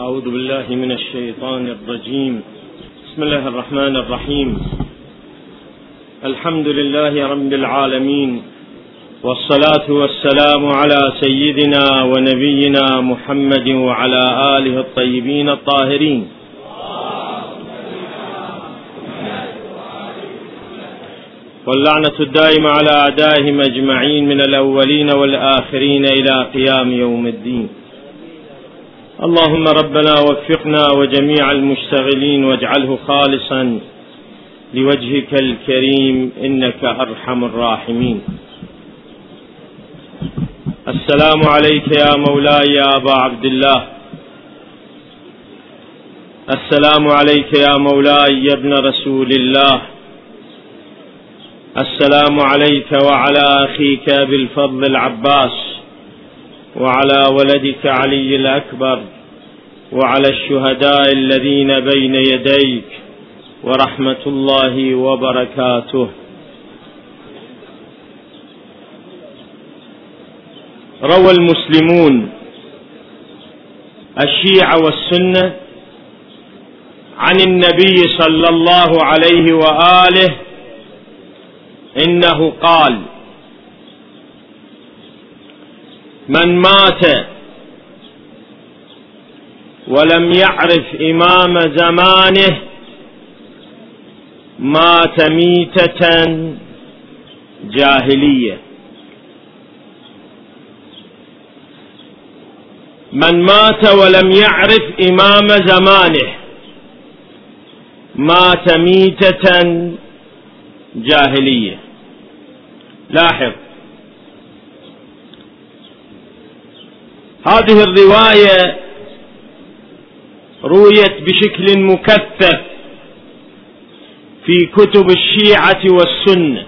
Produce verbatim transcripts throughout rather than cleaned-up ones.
أعوذ بالله من الشيطان الرجيم. بسم الله الرحمن الرحيم. الحمد لله رب العالمين، والصلاة والسلام على سيدنا ونبينا محمد وعلى آله الطيبين الطاهرين. واللعنة الدائمة على أعدائهم أجمعين من الأولين والآخرين إلى قيام يوم الدين. اللهم ربنا وفقنا وجميع المشتغلين واجعله خالصا لوجهك الكريم إنك أرحم الراحمين. السلام عليك يا مولاي يا أبا عبد الله. السلام عليك يا مولاي يا ابن رسول الله. السلام عليك وعلى أخيك بالفضل العباس، وعلى ولدك علي الأكبر، وعلى الشهداء الذين بين يديك، ورحمة الله وبركاته. روى المسلمون الشيعة والسنة عن النبي صلى الله عليه وآله إنه قال: من مات ولم يعرف إمام زمانه مات ميتة جاهلية. من مات ولم يعرف إمام زمانه مات ميتة جاهلية. لاحظ، هذه الرواية رويت بشكل مكثف في كتب الشيعة والسنة،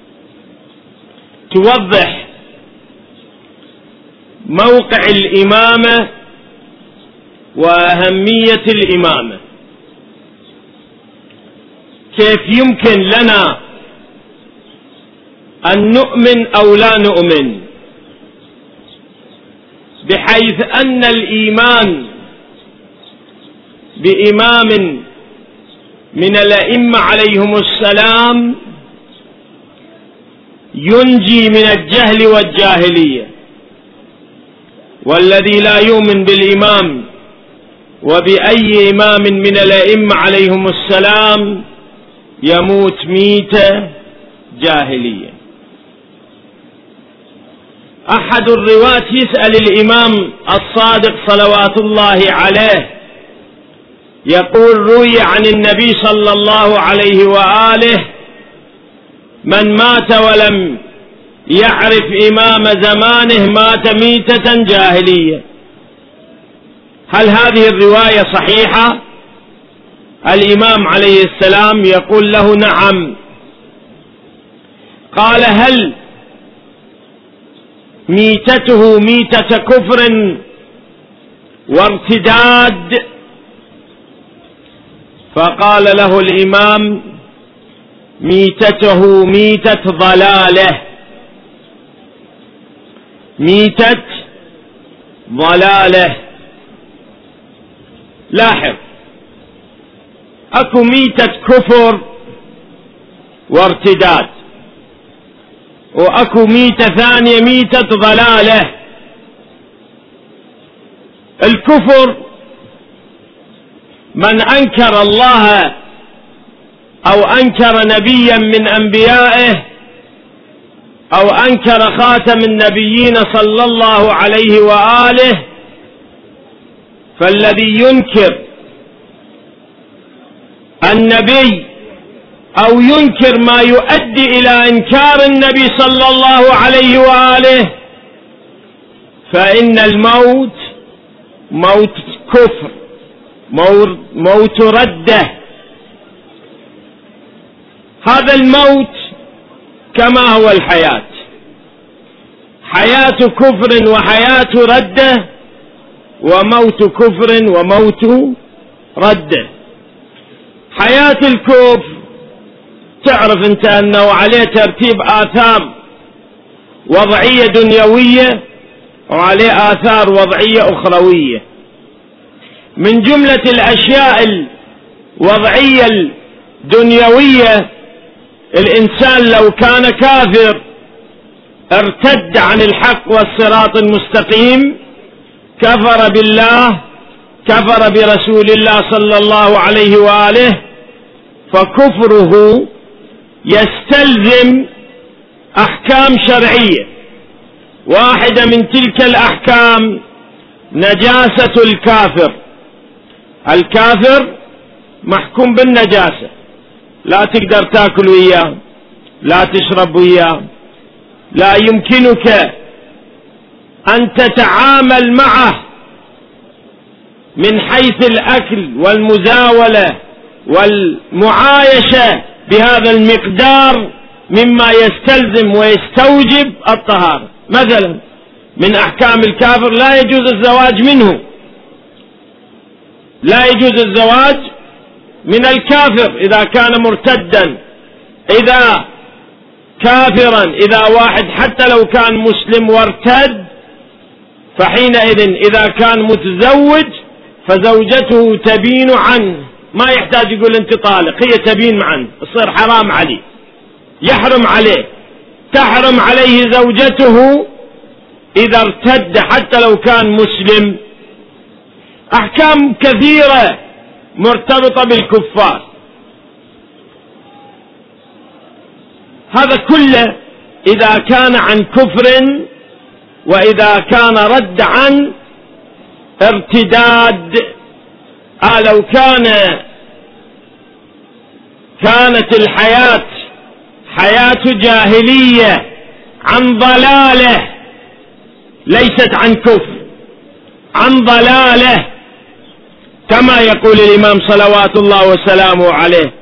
توضح موقع الإمامة وأهمية الإمامة، كيف يمكن لنا أن نؤمن أو لا نؤمن، بحيث أن الإيمان بإمام من الأئمة عليهم السلام ينجي من الجهل والجاهلية، والذي لا يؤمن بالإمام وبأي إمام من الأئمة عليهم السلام يموت ميتة جاهلية. أحد الرواة يسأل الإمام الصادق صلوات الله عليه، يقول: روي عن النبي صلى الله عليه وآله: من مات ولم يعرف إمام زمانه مات ميتة جاهلية. هل هذه الرواية صحيحة؟ الإمام عليه السلام يقول له: نعم. قال: هل ميتته ميتة كفر وارتداد؟ فقال له الإمام: ميتته ميتة ضلالة، ميتة ضلالة. لاحظ، اكو ميتة كفر وارتداد، واكو ميتة ثانية ميتة ضلالة. الكفر من أنكر الله أو أنكر نبيا من أنبيائه أو أنكر خاتم النبيين صلى الله عليه وآله. فالذي ينكر النبي أو ينكر ما يؤدي إلى إنكار النبي صلى الله عليه وآله فإن الموت موت كفر، موت ردة. هذا الموت كما هو الحياة، حياة كفر وحياة ردة، وموت كفر وموت ردة. حياة الكفر تعرف انت انه عليه ترتيب آثار وضعية دنيوية وعليه آثار وضعية أخروية. من جملة الأشياء الوضعية الدنيوية، الإنسان لو كان كافر ارتد عن الحق والصراط المستقيم، كفر بالله، كفر برسول الله صلى الله عليه وآله، فكفره يستلزم أحكام شرعية. واحدة من تلك الأحكام نجاسة الكافر. الكافر محكوم بالنجاسة، لا تقدر تأكل وياه، لا تشرب وياه، لا يمكنك أن تتعامل معه من حيث الأكل والمزاولة والمعايشة بهذا المقدار مما يستلزم ويستوجب الطهارة. مثلا من أحكام الكافر لا يجوز الزواج منه، لا يجوز الزواج من الكافر إذا كان مرتدا، إذا كافرا، إذا واحد حتى لو كان مسلم وارتد، فحينئذ إذا كان متزوج فزوجته تبين عنه، ما يحتاج يقول انت طالق، هي تبين عنه، يصير حرام عليه، يحرم عليه، تحرم عليه زوجته إذا ارتد حتى لو كان مسلم. أحكام كثيرة مرتبطة بالكفار. هذا كله إذا كان عن كفر، وإذا كان رد عن ارتداد. آه لو كان كانت الحياة حياة جاهلية عن ضلالة، ليست عن كفر، عن ضلالة، كما يقول الإمام صلوات الله وسلامه عليه: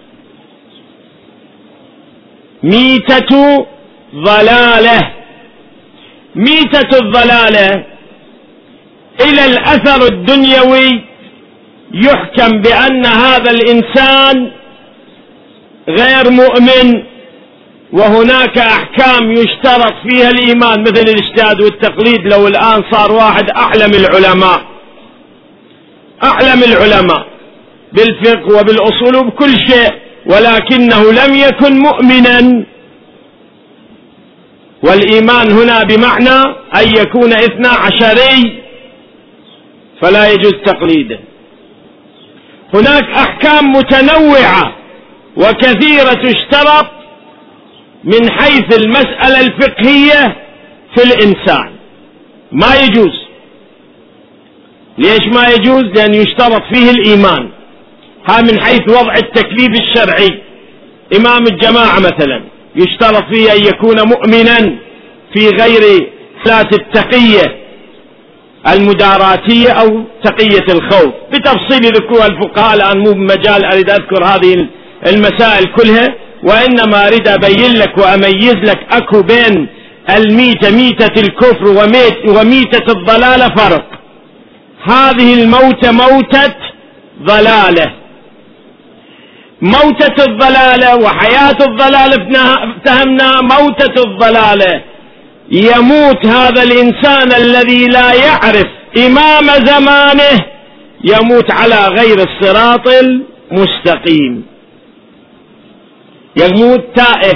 ميتة ضلالة. ميتة الضلالة إلى الأثر الدنيوي يحكم بأن هذا الإنسان غير مؤمن، وهناك أحكام يشترط فيها الإيمان، مثل الاجتهاد والتقليد. لو الآن صار واحد أعلم العلماء أعلم العلماء بالفقه وبالأصول وبكل شيء، ولكنه لم يكن مؤمنا، والإيمان هنا بمعنى أن يكون اثنا عشري، فلا يجوز تقليده. هناك أحكام متنوعة وكثيرة تشترط من حيث المسألة الفقهية في الإنسان، ما يجوز. ليش ما يجوز؟ لأن يشترط فيه الإيمان. ها من حيث وضع التكليف الشرعي، إمام الجماعة مثلا يشترط فيه أن يكون مؤمنا في غير صلاة التقية المداراتية أو تقية الخوف، بتفصيل ذكرها الفقهاء، الآن مو بمجال أريد أذكر هذه المسائل كلها، وإنما أريد أبين لك وأميز لك أكو بين الميتة، ميتة الكفر وميتة الضلالة فرق. هذه الموتة موتة ضلالة، موتة الضلالة وحياة الضلالة افتهمنا. موتة الضلالة يموت هذا الإنسان الذي لا يعرف إمام زمانه، يموت على غير الصراط المستقيم، يموت تائه،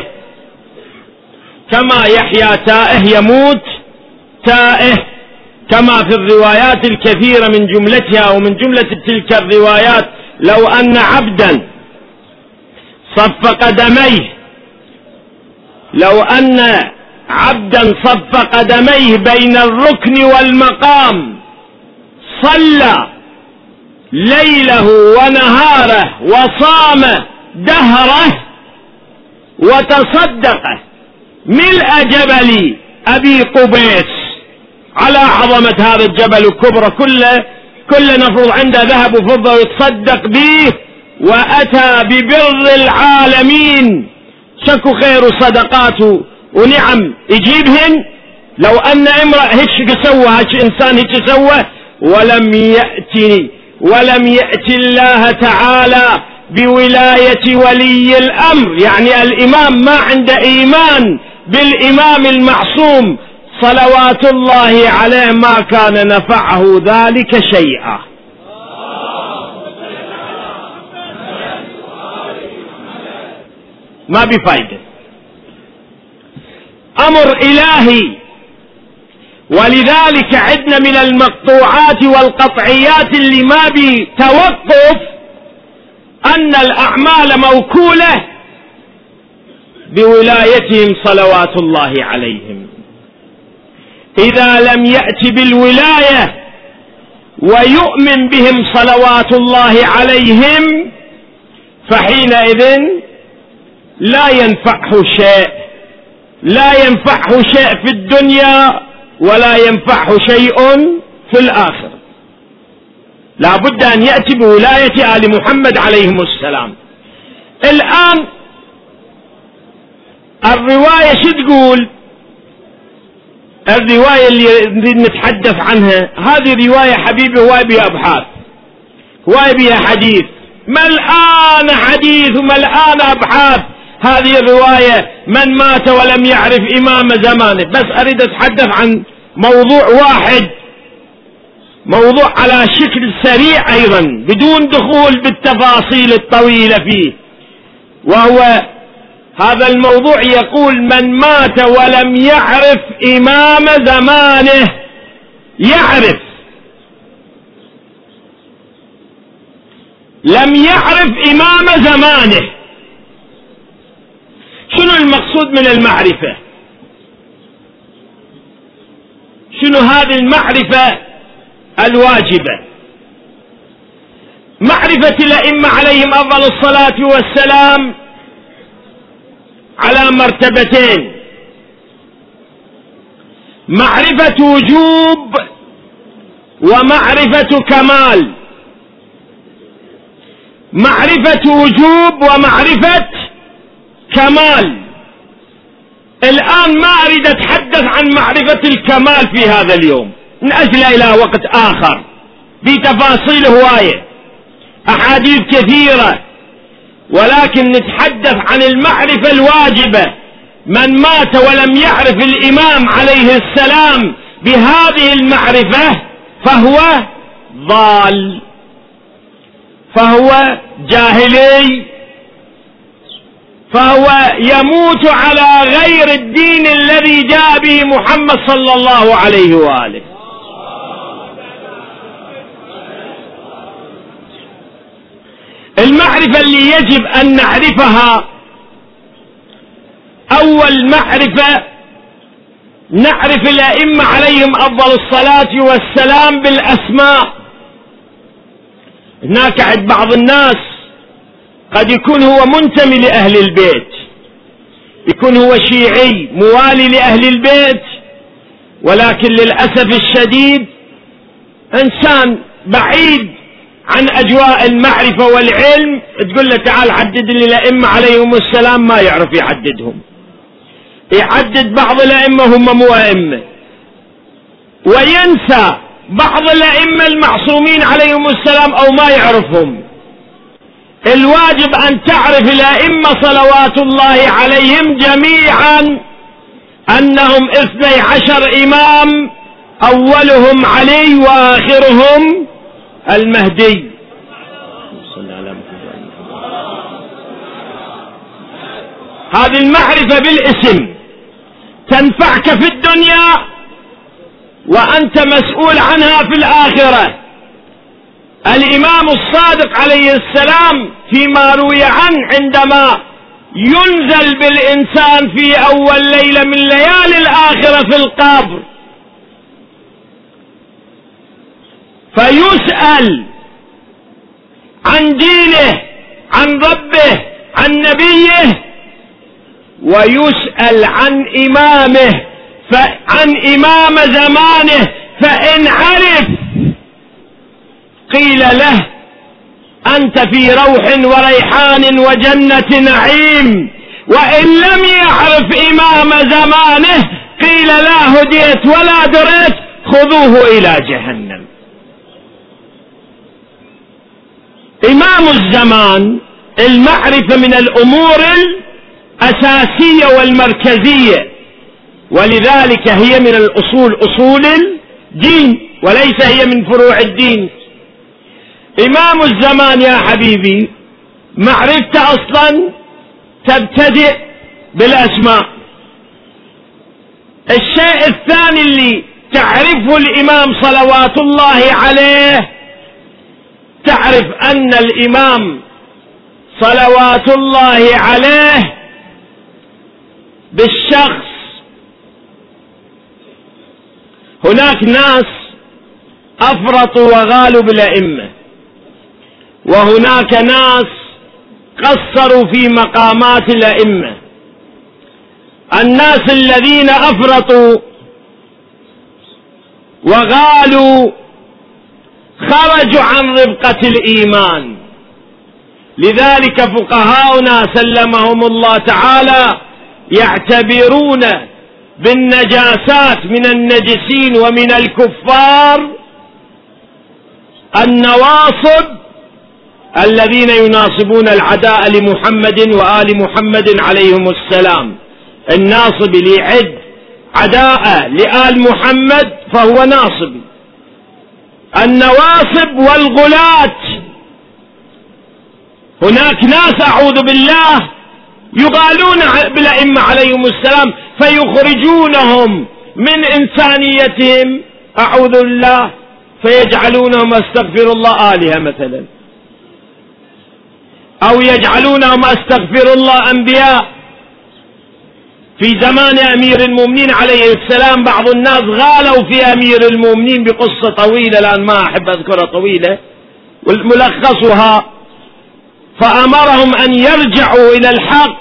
كما يحيى تائه يموت تائه، كما في الروايات الكثيرة من جملتها ومن جملة تلك الروايات: لو أن عبدا صف قدميه، لو أن عبدا صف قدميه بين الركن والمقام، صلى ليله ونهاره وصام دهره وتصدق ملء جبل أبي قبيس، على عظمة هذا الجبل وكبره، كله كل نفرض عنده ذهب وفضة ويتصدق به، وأتى ببر العالمين، شكو خير صدقاته ونعم يجيبهن. لو أن امرأة هيك سوى، هيك إنسان هيك سوى، ولم يأتي ولم يأتي الله تعالى بولاية ولي الأمر، يعني الإمام ما عنده إيمان بالإمام المعصوم صلوات الله عليه، ما كان نفعه ذلك شيئا. ما بفايدة، أمر إلهي. ولذلك عندنا من المقطوعات والقطعيات اللي ما بتوقف أن الأعمال موكولة بولايتهم صلوات الله عليهم. إذا لم يأت بالولاية ويؤمن بهم صلوات الله عليهم فحينئذ لا ينفعه شيء، لا ينفعه شيء في الدنيا ولا ينفعه شيء في الآخرة. لا بد أن يأتي بولاية آل محمد عليهم السلام. الآن الرواية شو تقول؟ الرواية اللي نريد نتحدث عنها هذه رواية حبيبي هواي بها أبحاث، هواي بها حديث، ملآن حديث وملآن أبحاث. هذه الرواية من مات ولم يعرف إمام زمانه. بس أريد أتحدث عن موضوع واحد، موضوع على شكل سريع أيضا بدون دخول بالتفاصيل الطويلة فيه، وهو هذا الموضوع يقول من مات ولم يعرف إمام زمانه، يعرف لم يعرف إمام زمانه. شنو المقصود من المعرفة؟ شنو هذه المعرفة الواجبة؟ معرفة الأئمة عليهم أفضل الصلاة والسلام على مرتبتين: معرفة وجوب ومعرفة كمال. معرفة وجوب ومعرفة كمال. الآن ما أريد أتحدث عن معرفة الكمال في هذا اليوم، نأجل إلى وقت آخر بتفاصيل هواية، أحاديث كثيرة، ولكن نتحدث عن المعرفة الواجبة. من مات ولم يعرف الإمام عليه السلام بهذه المعرفة فهو ضال، فهو جاهلي، فهو يموت على غير الدين الذي جاء به محمد صلى الله عليه وآله. المعرفة اللي يجب أن نعرفها، أول معرفة نعرف الأئمة عليهم أفضل الصلاة والسلام بالأسماء. هناك عند بعض الناس قد يكون هو منتمي لأهل البيت، يكون هو شيعي موالي لأهل البيت، ولكن للأسف الشديد إنسان بعيد عن أجواء المعرفة والعلم. تقول له تعال حدد لي الأئمة عليهم السلام ما يعرف يحددهم، يحدد بعض الأئمة هم مو أئمة، وينسى بعض الأئمة المعصومين عليهم السلام أو ما يعرفهم. الواجب أن تعرف الأئمة صلوات الله عليهم جميعا أنهم اثني عشر إمام، أولهم علي وآخرهم المهدي. هذه المعرفة بالاسم تنفعك في الدنيا وأنت مسؤول عنها في الآخرة. الإمام الصادق عليه السلام فيما روي عنه عندما ينزل بالإنسان في أول ليلة من ليالي الآخرة في القبر فيسأل عن دينه، عن ربه، عن نبيه، ويسأل عن إمامه، عن إمام زمانه، فإن عرف قيل له أنت في روح وريحان وجنة نعيم، وإن لم يعرف إمام زمانه قيل لا هديت ولا دريت خذوه إلى جهنم. إمام الزمان المعرفة من الأمور الأساسية والمركزية، ولذلك هي من الأصول، أصول الدين، وليس هي من فروع الدين. إمام الزمان يا حبيبي معرفته أصلا تبتدئ بالأسماء. الشيء الثاني اللي تعرفه الإمام صلوات الله عليه، تعرف أن الإمام صلوات الله عليه بالشخص. هناك ناس أفرطوا وغالوا بالأئمة، وهناك ناس قصروا في مقامات الأئمة. الناس الذين أفرطوا وغالوا خرجوا عن ربقة الإيمان، لذلك فقهاؤنا سلمهم الله تعالى يعتبرون بالنجاسات من النجسين ومن الكفار النواصب الذين يناصبون العداء لمحمد وآل محمد عليهم السلام. الناصب اللي يعد عداء لآل محمد فهو ناصب. النواصب والغلاة، هناك ناس أعوذ بالله يغالون بالأئمة عليهم السلام فيخرجونهم من إنسانيتهم أعوذ بالله، فيجعلونهم استغفر الله آلهة مثلا، أو يجعلونهم استغفر الله أنبياء. في زمان أمير المؤمنين عليه السلام بعض الناس غالوا في أمير المؤمنين بقصة طويلة الآن ما أحب أذكرها طويلة، والملخصها فأمرهم أن يرجعوا إلى الحق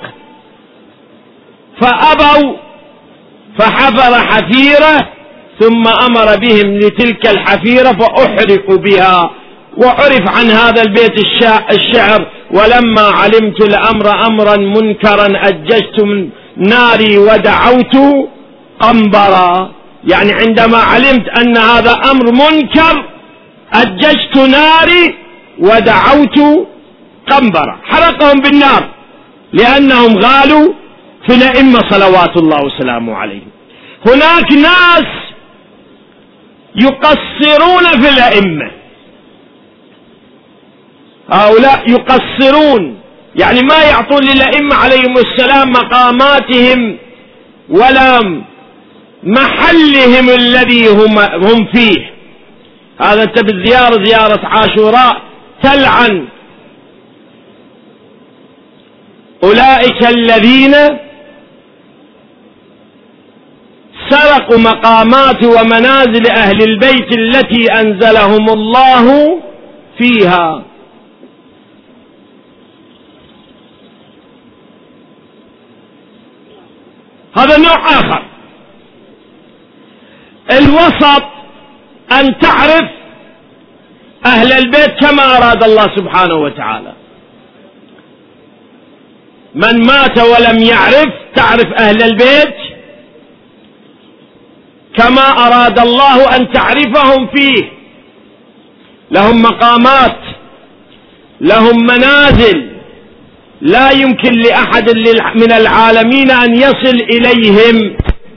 فأبوا، فحفر حفيرة ثم أمر بهم لتلك الحفيرة فأحرقوا بها. وعرف عن هذا البيت الشعر: ولما علمت الأمر أمرا منكرا أججت من ناري ودعوت قنبرا. يعني عندما علمت أن هذا أمر منكر أججت ناري ودعوت قنبرا، حرقهم بالنار لأنهم غالوا في الأئمة صلوات الله وسلامه عليهم. هناك ناس يقصرون في الأئمة، هؤلاء يقصرون يعني ما يعطون للأئمة عليهم السلام مقاماتهم ولا محلهم الذي هم, هم فيه. هذا انت بالزيارة زيارة عاشوراء تلعن أولئك الذين سرقوا مقامات ومنازل أهل البيت التي أنزلهم الله فيها. هذا نوع آخر. الوسط أن تعرف أهل البيت كما أراد الله سبحانه وتعالى. من مات ولم يعرف تعرف أهل البيت كما أراد الله أن تعرفهم فيه. لهم مقامات، لهم منازل لا يمكن لأحد من العالمين أن يصل إليهم.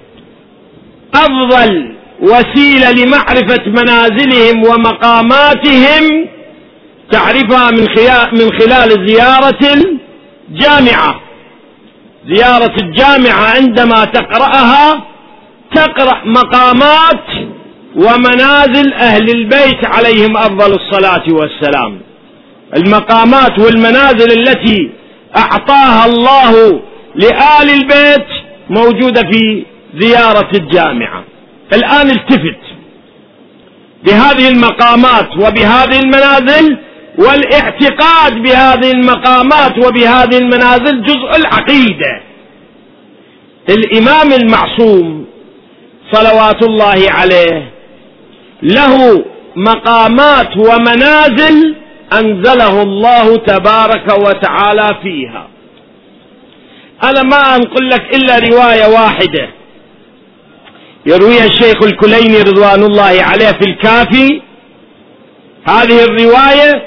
أفضل وسيلة لمعرفة منازلهم ومقاماتهم تعرفها من خلال, من خلال زيارة الجامعة. زيارة الجامعة عندما تقرأها تقرأ مقامات ومنازل أهل البيت عليهم أفضل الصلاة والسلام. المقامات والمنازل التي أعطاها الله لآل البيت موجودة في زيارة الجامعة. الآن التفت بهذه المقامات وبهذه المنازل، والاعتقاد بهذه المقامات وبهذه المنازل جزء العقيدة. الإمام المعصوم صلوات الله عليه له مقامات ومنازل أنزله الله تبارك وتعالى فيها. أنا ما أنقل لك إلا رواية واحدة يرويها الشيخ الكليني رضوان الله عليه في الكافي. هذه الرواية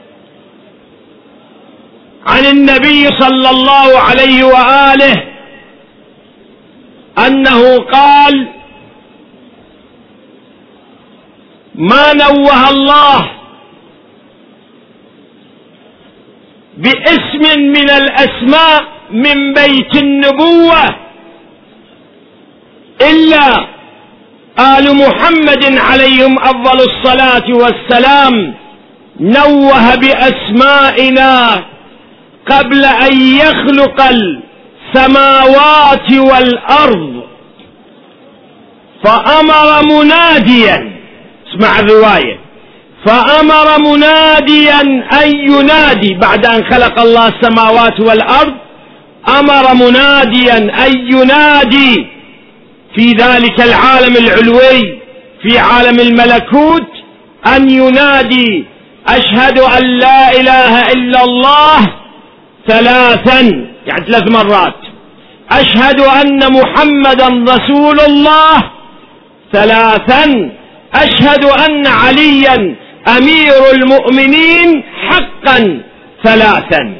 عن النبي صلى الله عليه وآله أنه قال: ما نوه الله باسم من الأسماء من بيت النبوة إلا آل محمد عليهم أفضل الصلاة والسلام نوه بأسمائنا قبل أن يخلق السماوات والأرض، فأمر مناديا، اسمع الرواية، فأمر مناديا أن ينادي بعد أن خلق الله السماوات والأرض، أمر مناديا أن ينادي في ذلك العالم العلوي في عالم الملكوت، أن ينادي أشهد أن لا إله إلا الله ثلاثا، يعني ثلاث مرات، أشهد أن محمدا رسول الله ثلاثا، أشهد أن عليا أمير المؤمنين حقا ثلاثا.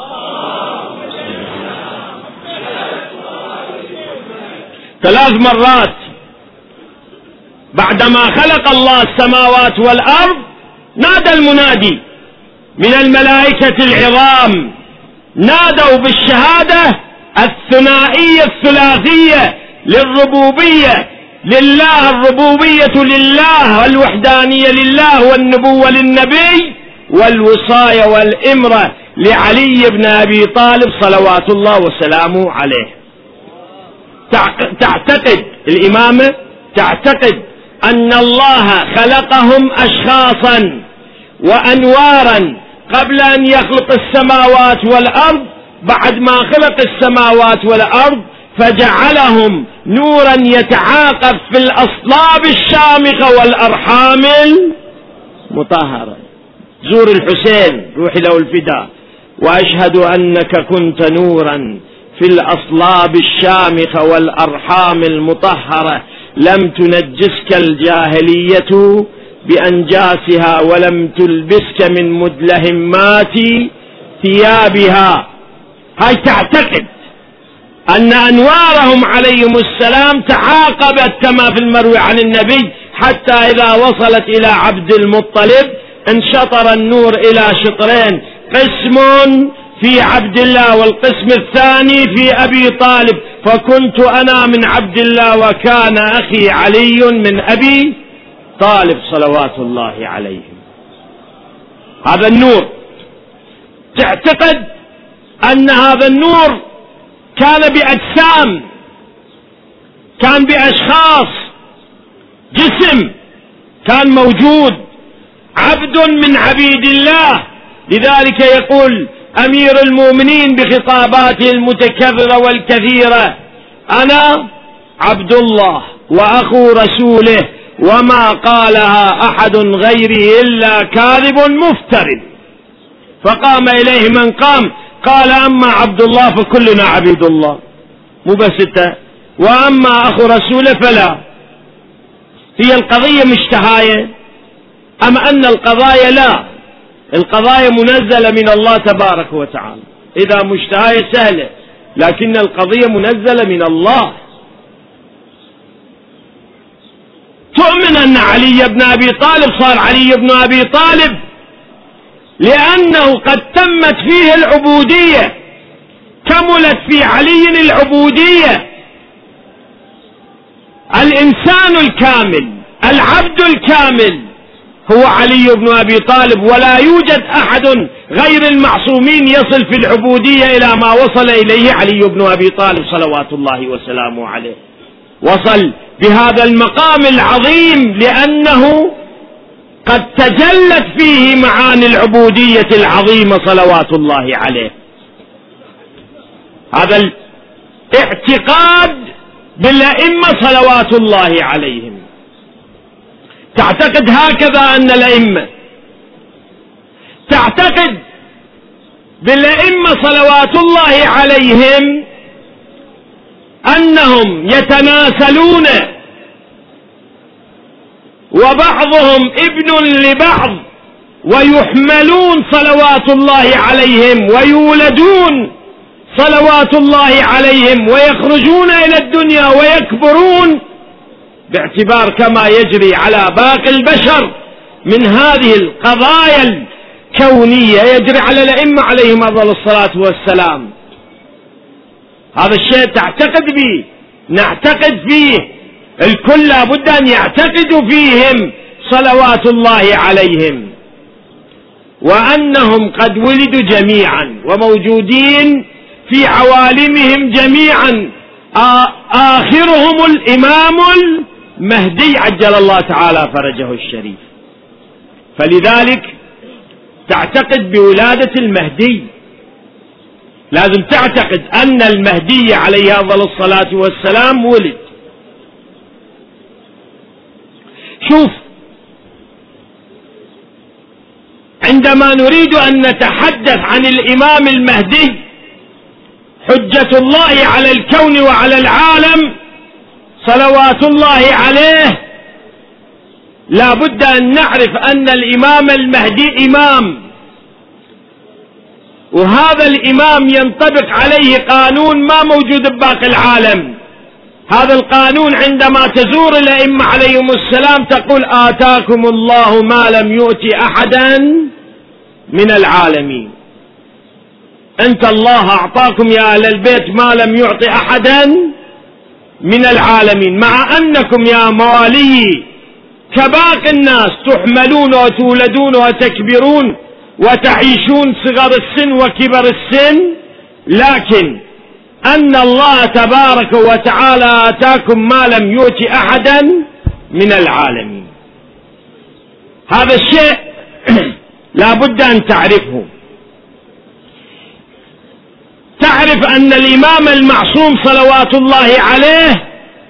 ثلاث مرات بعدما خلق الله السماوات والأرض نادى المنادي من الملائكة العظام، نادوا بالشهادة الثنائية الثلاثية للربوبية لله، الربوبية لله والوحدانية لله والنبوة للنبي والوصاية والإمرة لعلي بن أبي طالب صلوات الله وسلامه عليه. تعتقد الإمامة، تعتقد أن الله خلقهم أشخاصا وأنوارا قبل أن يخلق السماوات والأرض، بعد ما خلق السماوات والأرض فجعلهم نورا يتعاقب في الأصلاب الشامخة والأرحام المطهرة. زور الحسين روحي له الفداء، وأشهد أنك كنت نورا في الأصلاب الشامخة والأرحام المطهرة، لم تنجسك الجاهلية بأنجاسها ولم تلبسك من مدلهمات ثيابها. هاي تعتقد أن أنوارهم عليهم السلام تعاقبت كما في المروي عن النبي، حتى إذا وصلت إلى عبد المطلب انشطر النور إلى شطرين، قسم في عبد الله والقسم الثاني في أبي طالب، فكنت أنا من عبد الله وكان أخي علي من أبي طالب صلوات الله عليهم. هذا النور تعتقد أن هذا النور كان بأجسام، كان بأشخاص، جسم كان موجود، عبد من عبيد الله. لذلك يقول أمير المؤمنين بخطاباته المتكررة والكثيرة: أنا عبد الله وأخو رسوله، وما قالها أحد غيره إلا كاذب مفتر. فقام إليه من قام قال: أما عبد الله فكلنا عبيد الله، مو بس انت، وأما أخو رسوله فلا. هي القضية مش تهاية، أما أن القضايا لا، القضايا منزلة من الله تبارك وتعالى. إذا مش تهاية سهلة، لكن القضية منزلة من الله. تؤمن أن علي بن أبي طالب صار علي بن أبي طالب لأنه قد تمت فيه العبودية، كملت في علي العبودية. الإنسان الكامل، العبد الكامل هو علي بن أبي طالب، ولا يوجد أحد غير المعصومين يصل في العبودية إلى ما وصل إليه علي بن أبي طالب صلوات الله وسلامه عليه. وصل بهذا المقام العظيم لأنه قد تجلت فيه معاني العبودية العظيمة صلوات الله عليه. هذا الاعتقاد بالأئمة صلوات الله عليهم. تعتقد هكذا أن الأئمة، تعتقد بالأئمة صلوات الله عليهم أنهم يتناسلون وبعضهم ابن لبعض، ويحملون صلوات الله عليهم، ويولدون صلوات الله عليهم، ويخرجون إلى الدنيا ويكبرون، باعتبار كما يجري على باقي البشر من هذه القضايا الكونية يجري على الأئمة عليهم أفضل الصلاة والسلام. هذا الشيء تعتقد به، نعتقد فيه، الكل لابد أن يعتقدوا فيهم صلوات الله عليهم، وأنهم قد ولدوا جميعا وموجودين في عوالمهم جميعا، آخرهم الإمام المهدي عجل الله تعالى فرجه الشريف. فلذلك تعتقد بولادة المهدي، لازم تعتقد أن المهدي عليه أفضل الصلاة والسلام ولد. شوف، عندما نريد أن نتحدث عن الإمام المهدي حجة الله على الكون وعلى العالم صلوات الله عليه، لا بد أن نعرف أن الإمام المهدي إمام، وهذا الإمام ينطبق عليه قانون ما موجود بباقي العالم. هذا القانون عندما تزور الأئمة عليهم السلام تقول آتاكم الله ما لم يؤت أحدا من العالمين. أنت الله أعطاكم يا أهل البيت ما لم يعطي أحدا من العالمين، مع أنكم يا موالي كباقي الناس تحملون وتولدون وتكبرون وتعيشون صغر السن وكبر السن، لكن أن الله تبارك وتعالى آتاكم ما لم يؤت أحدا من العالمين. هذا الشيء لا بد أن تعرفه. تعرف أن الإمام المعصوم صلوات الله عليه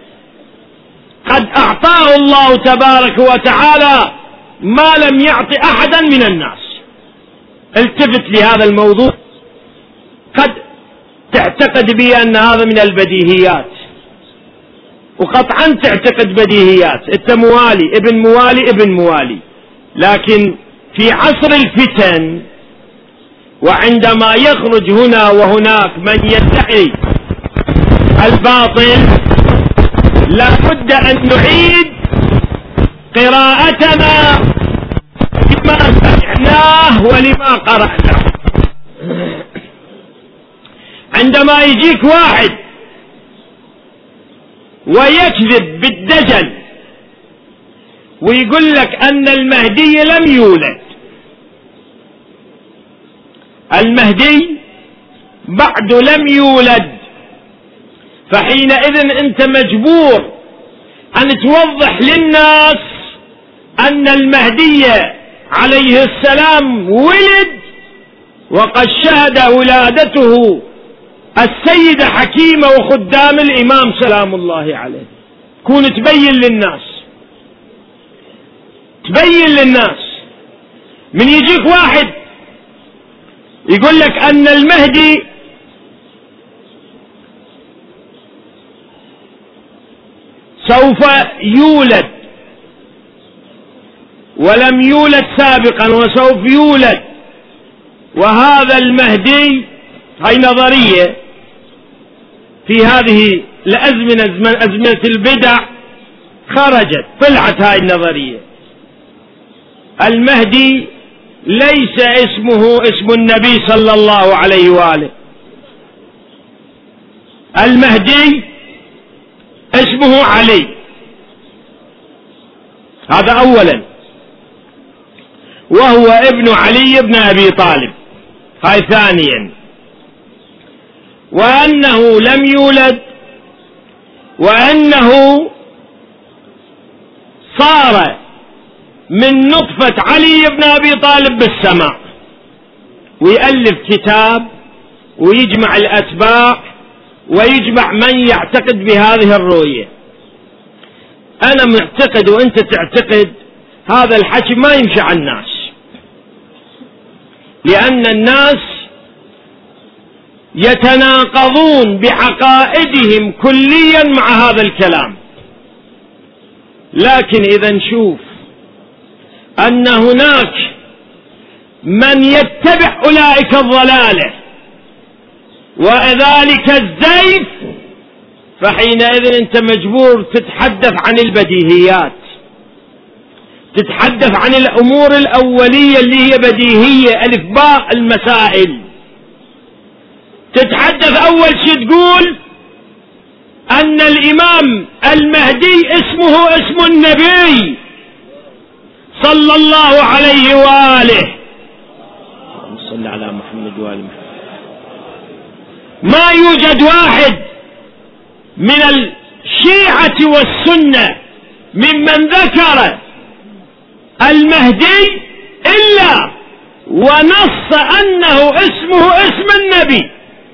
قد أعطاه الله تبارك وتعالى ما لم يعط أحدا من الناس. التفت لهذا الموضوع، قد تعتقد بي أن هذا من البديهيات، وقطعا تعتقد بديهيات، انت موالي ابن موالي ابن موالي، لكن في عصر الفتن وعندما يخرج هنا وهناك من يدعي الباطل لا بد أن نعيد قراءتنا لما سمعناه ولما قرأناه. عندما يجيك واحد ويكذب بالدجل ويقول لك أن المهدي لم يولد، المهدي بعد لم يولد، فحينئذ أنت مجبور أن توضح للناس أن المهدي عليه السلام ولد وقد شهد ولادته السيدة حكيمة وخدام الإمام سلام الله عليه. كون تبين للناس، تبين للناس. من يجيك واحد يقول لك أن المهدي سوف يولد ولم يولد سابقا وسوف يولد، وهذا المهدي، هاي نظرية في هذه الأزمنة أزمنة البدع خرجت طلعت هاي النظرية. المهدي ليس اسمه اسم النبي صلى الله عليه وآله، المهدي اسمه علي، هذا أولا، وهو ابن علي بن أبي طالب، هاي ثانيا. وأنه لم يولد، وأنه صار من نطفة علي بن أبي طالب بالسماء، ويألف كتاب ويجمع الأتباع ويجمع من يعتقد بهذه الرؤية. أنا معتقد وأنت تعتقد، هذا الحكي ما يمشي على الناس، لأن الناس يتناقضون بعقائدهم كليا مع هذا الكلام. لكن إذا نشوف أن هناك من يتبع أولئك الضلالة وذلك الزيف، فحينئذ أنت مجبور تتحدث عن البديهيات، تتحدث عن الأمور الأولية اللي هي بديهية، ألف باء المسائل، تتحدث أول شيء تقول أن الإمام المهدي اسمه اسم النبي صلى الله عليه وآله. صلى على محمد وآل محمد. ما يوجد واحد من الشيعة والسنة ممن ذكر المهدي إلا ونص أنه اسمه اسم النبي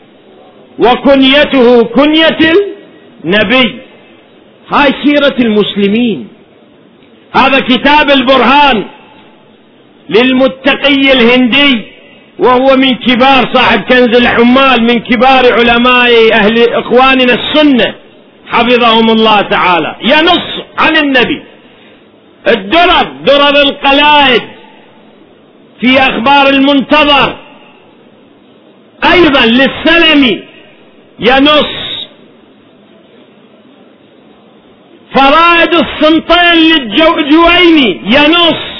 وكنيته كنية النبي. هاي سيرة المسلمين. هذا كتاب البرهان للمتقي الهندي، وهو من كبار صاحب كنز العمال، من كبار علماء أهل إخواننا السنة حفظهم الله تعالى، ينص عن النبي. الدرر درر القلائد في أخبار المنتظر أيضا للسلمي ينص. فرائد السنطين للجويني ينص،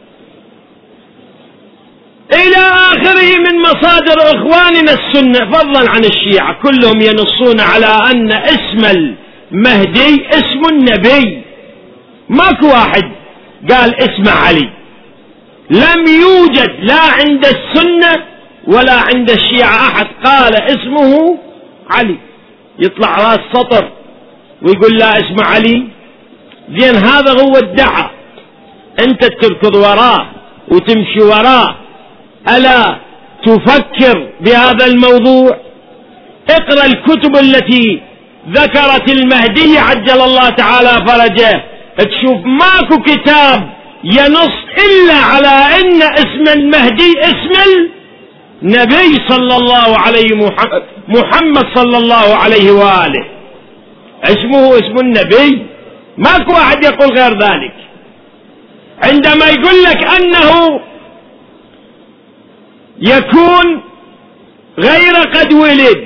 إلى آخره من مصادر إخواننا السنة فضلا عن الشيعة، كلهم ينصون على أن اسم المهدي اسم النبي. ماكو واحد قال اسم علي، لم يوجد لا عند السنة ولا عند الشيعة أحد قال اسمه علي. يطلع راس سطر ويقول لا اسم علي. زين هذا هو ادعى، انت تركض وراه وتمشي وراه، ألا تفكر بهذا الموضوع؟ اقرأ الكتب التي ذكرت المهدي عجل الله تعالى فرجه، تشوف ماكو كتاب ينص إلا على أن اسم المهدي اسم النبي صلى الله عليه محمد, محمد صلى الله عليه وآله، اسمه اسم النبي، ماكو أحد يقول غير ذلك. عندما يقول لك أنه يكون غير قد ولد،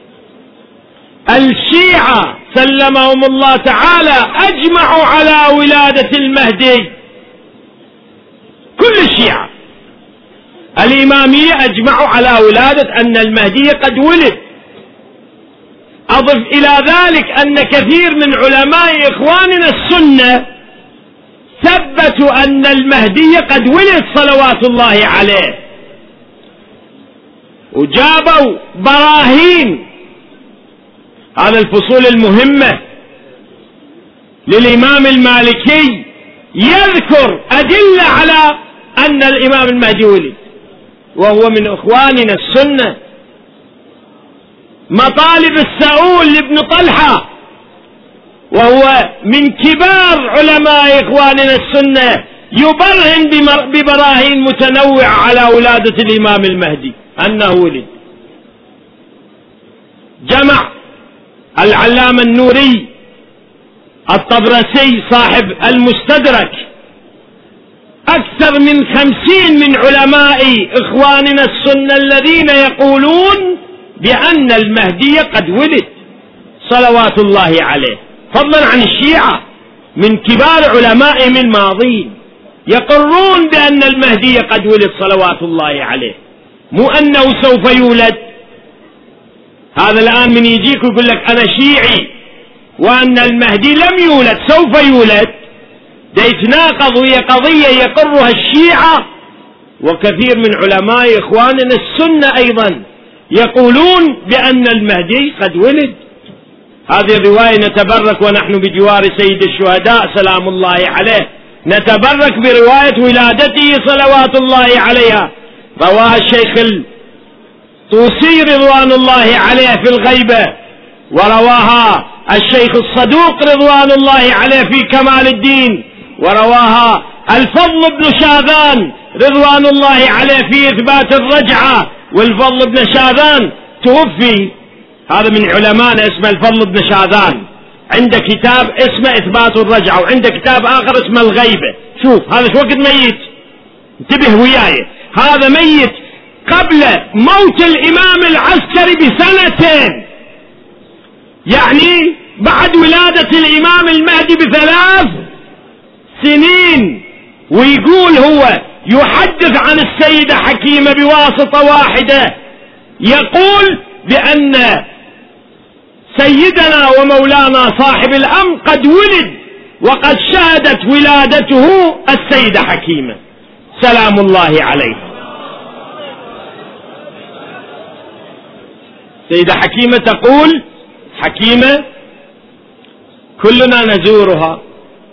الشيعة سلمهم الله تعالى أجمعوا على ولادة المهدي، كل الشيعة. الإمامية أجمعوا على ولادة أن المهدي قد ولد. أضف إلى ذلك أن كثير من علماء إخواننا السنة ثبتوا أن المهدي قد ولد صلوات الله عليه، وجابوا براهين. هذا الفصول المهمة للإمام المالكي يذكر أدلة على أن الإمام المهدي ولد، وهو من إخواننا السنة. مطالب السؤول لابن طلحة، وهو من كبار علماء إخواننا السنة، يبرهن ببراهين متنوعة على ولادة الإمام المهدي أنه ولد. جمع العلامة النوري الطبرسي صاحب المستدرك أكثر من خمسين من علماء إخواننا السنة الذين يقولون بأن المهدي قد ولد صلوات الله عليه، فضلا عن الشيعة من كبار علمائهم الماضين يقرون بأن المهدي قد ولد صلوات الله عليه، مو أنه سوف يولد. هذا الآن من يجيك ويقول لك أنا شيعي وأن المهدي لم يولد سوف يولد، ده يتناقض، وهي قضية يقرها الشيعة وكثير من علماء إخواننا السنة أيضا يقولون بأن المهدي قد ولد. هذه الرواية نتبرك ونحن بجوار سيد الشهداء سلام الله عليه، نتبرك برواية ولادته صلوات الله عليها. رواها الشيخ الطوسي رضوان الله عليه في الغيبة، ورواها الشيخ الصدوق رضوان الله عليه في كمال الدين، ورواها الفضل بن شاذان رضوان الله عليه في إثبات الرجعة. والفضل بن شاذان توفي، هذا من علمائنا اسمه الفضل بن شاذان، عنده كتاب اسمه إثبات الرجعة، وعنده كتاب آخر اسمه الغيبة. شوف هذا شو وقت ميت، انتبه وياي، هذا ميت قبل موت الإمام العسكري بسنتين، يعني بعد ولادة الإمام المهدي بثلاث سنين. ويقول هو يحدث عن السيدة حكيمة بواسطة واحدة، يقول بأن سيدنا ومولانا صاحب الأمر قد ولد، وقد شهدت ولادته السيدة حكيمة سلام الله عليها. السيدة حكيمة تقول، حكيمة كلنا نزورها،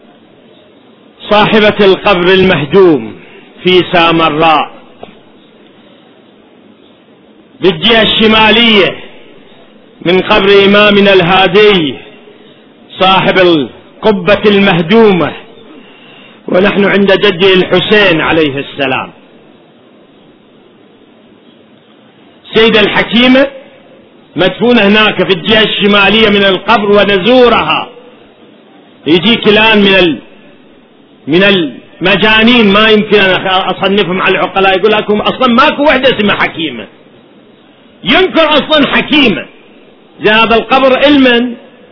صاحبة القبر المهدوم في سامراء بالجهة الشمالية من قبر إمامنا الهادي صاحب القبة المهدومة، ونحن عند جده الحسين عليه السلام. السيدة الحكيمة مدفونة هناك في الجهة الشمالية من القبر، ونزورها. يجيك الآن من ال... من المجانين ما يمكن أن أصنفهم على العقلاء، يقول لكم أصلا ماكو وحدة اسمها حكيمة، ينكر أصلا حكيمة. زي هذا القبر علما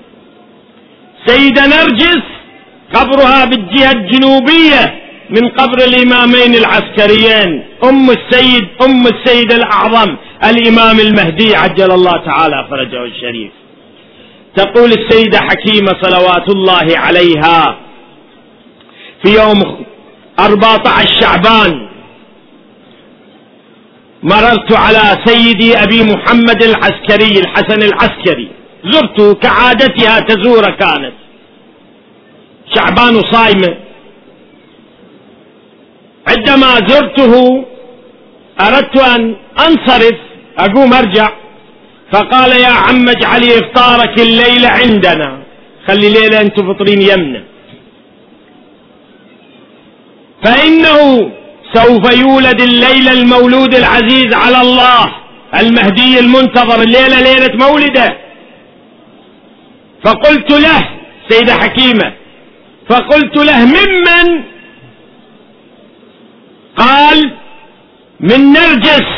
سيدة نرجس قبرها بالجهة الجنوبية من قبر الإمامين العسكريين، أم السيد أم السيد الأعظم الإمام المهدي عجل الله تعالى فرجه الشريف. تقول السيدة حكيمة صلوات الله عليها في يوم أربعة عشر شعبان مررت على سيدي أبي محمد العسكري الحسن العسكري، زرته كعادتها تزور، كانت شعبان صايمة. عندما زرته أردت أن أنصرف أقوم أرجع، فقال يا عم اجعلي إفطارك الليلة عندنا، خلي ليلة أنت فطرين يمنا، فإنه سوف يولد الليلة المولود العزيز على الله المهدي المنتظر، الليلة ليلة مولده. فقلت له سيدة حكيمة، فقلت له ممن؟ قال من نرجس.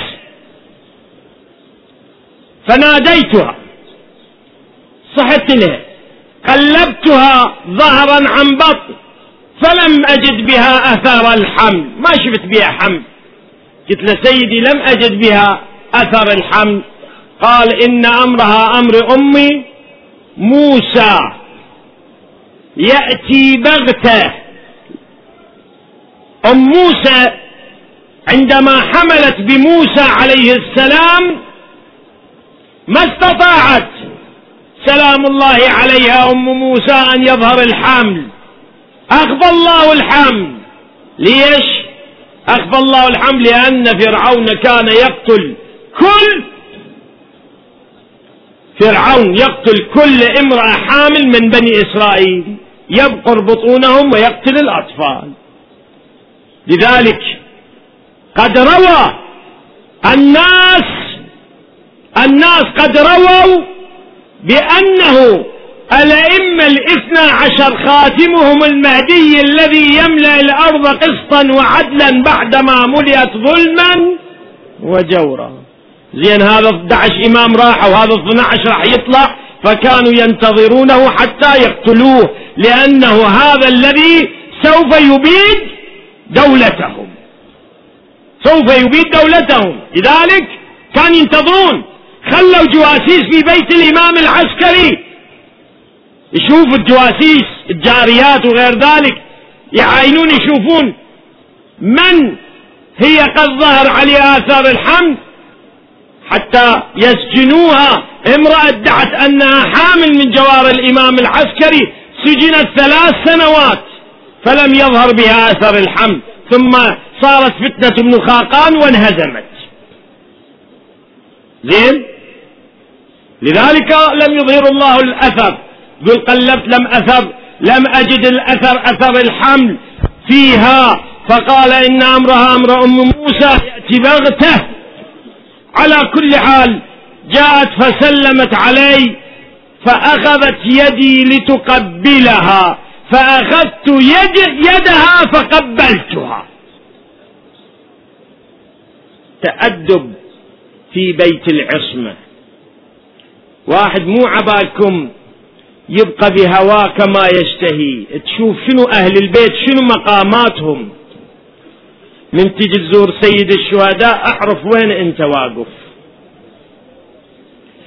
فناديتها، صحت لها، قلبتها ظهرا عن بطن فلم أجد بها أثر الحمل، ما شفت بها حمل. قلت له سيدي لم أجد بها أثر الحمل. قال إن أمرها أمر أمي موسى يأتي بغتة. أم موسى عندما حملت بموسى عليه السلام ما استطاعت سلام الله عليها أم موسى أن يظهر الحمل، أخفى الله الحمل. ليش أخفى الله الحمل؟ لأن فرعون كان يقتل كل فرعون يقتل كل امرأة حامل من بني إسرائيل، يبقر بطونهم ويقتل الأطفال. لذلك قد روى الناس الناس قد رووا بأنه الأئمة الاثنى عشر خاتمهم المهدي الذي يملأ الأرض قسطا وعدلا بعدما ملئت ظلما وجورا. زين هذا اثني عشر إمام راح وهذا اثني عشر راح يطلع، فكانوا ينتظرونه حتى يقتلوه، لأنه هذا الذي سوف يبيد دولتهم سوف يبيد دولتهم. لذلك كانوا ينتظرون، خلوا جواسيس في بيت الإمام العسكري يشوفوا الجواسيس الجاريات وغير ذلك، يعاينون يشوفون من هي قد ظهر عليها آثار الحمل حتى يسجنوها. امرأة ادعت أنها حامل من جوار الإمام العسكري، سجنت ثلاث سنوات فلم يظهر بها أثر الحمل، ثم صارت فتنة ابن خاقان وانهزمت. زين لذلك لم يظهر الله الأثر. قل قلبت لم أثر لم أجد الأثر أثر الحمل فيها. فقال إن أمرها أمر أم موسى يأتي بغته. على كل حال جاءت فسلمت علي، فأخذت يدي لتقبلها، فأخذت يد يدها فقبلتها. تأدب في بيت العصمة. واحد مو عبالكم يبقى بهواه كما يشتهي، تشوف شنو أهل البيت شنو مقاماتهم. من تجي تزور سيد الشهداء اعرف وين انت واقف.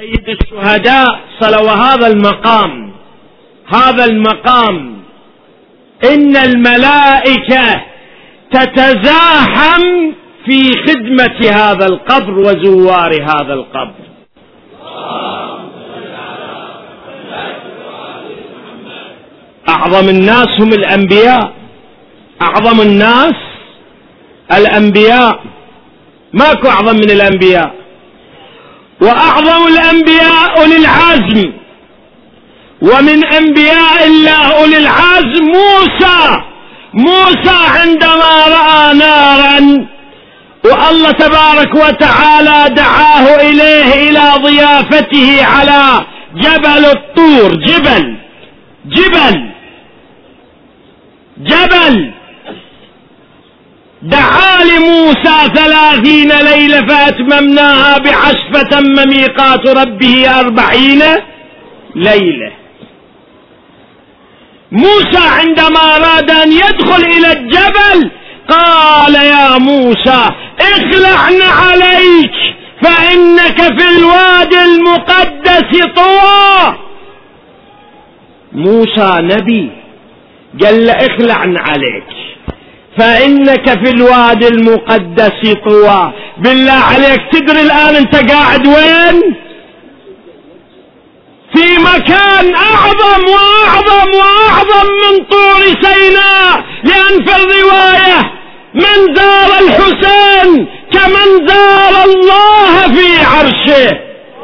سيد الشهداء صلوا هذا المقام، هذا المقام إن الملائكة تتزاحم في خدمة هذا القبر وزوار هذا القبر. أعظم الناس هم الأنبياء، أعظم الناس الأنبياء، ماكو أعظم من الأنبياء. وأعظم الأنبياء أولي العزم، ومن أنبياء الله أولي العزم موسى. موسى عندما رأى نارا والله تبارك وتعالى دعاه إليه إلى ضيافته على جبل الطور، جبل جبل جبل دعا لموسى ثلاثين ليلة فأتممناها بعشر فتم ميقات ربه أربعين ليلة. موسى عندما أراد أن يدخل إلى الجبل قال يا موسى اخلعن عليك فإنك في الوادي المقدس طوى. موسى نبي قال له اخلعن عليك فإنك في الوادي المقدس طوى. بالله عليك تدري الآن انت قاعد وين؟ في مكان أعظم وأعظم وأعظم من طور سيناء، لأن في الرواية من زار الحسين كمن زار الله في عرشه.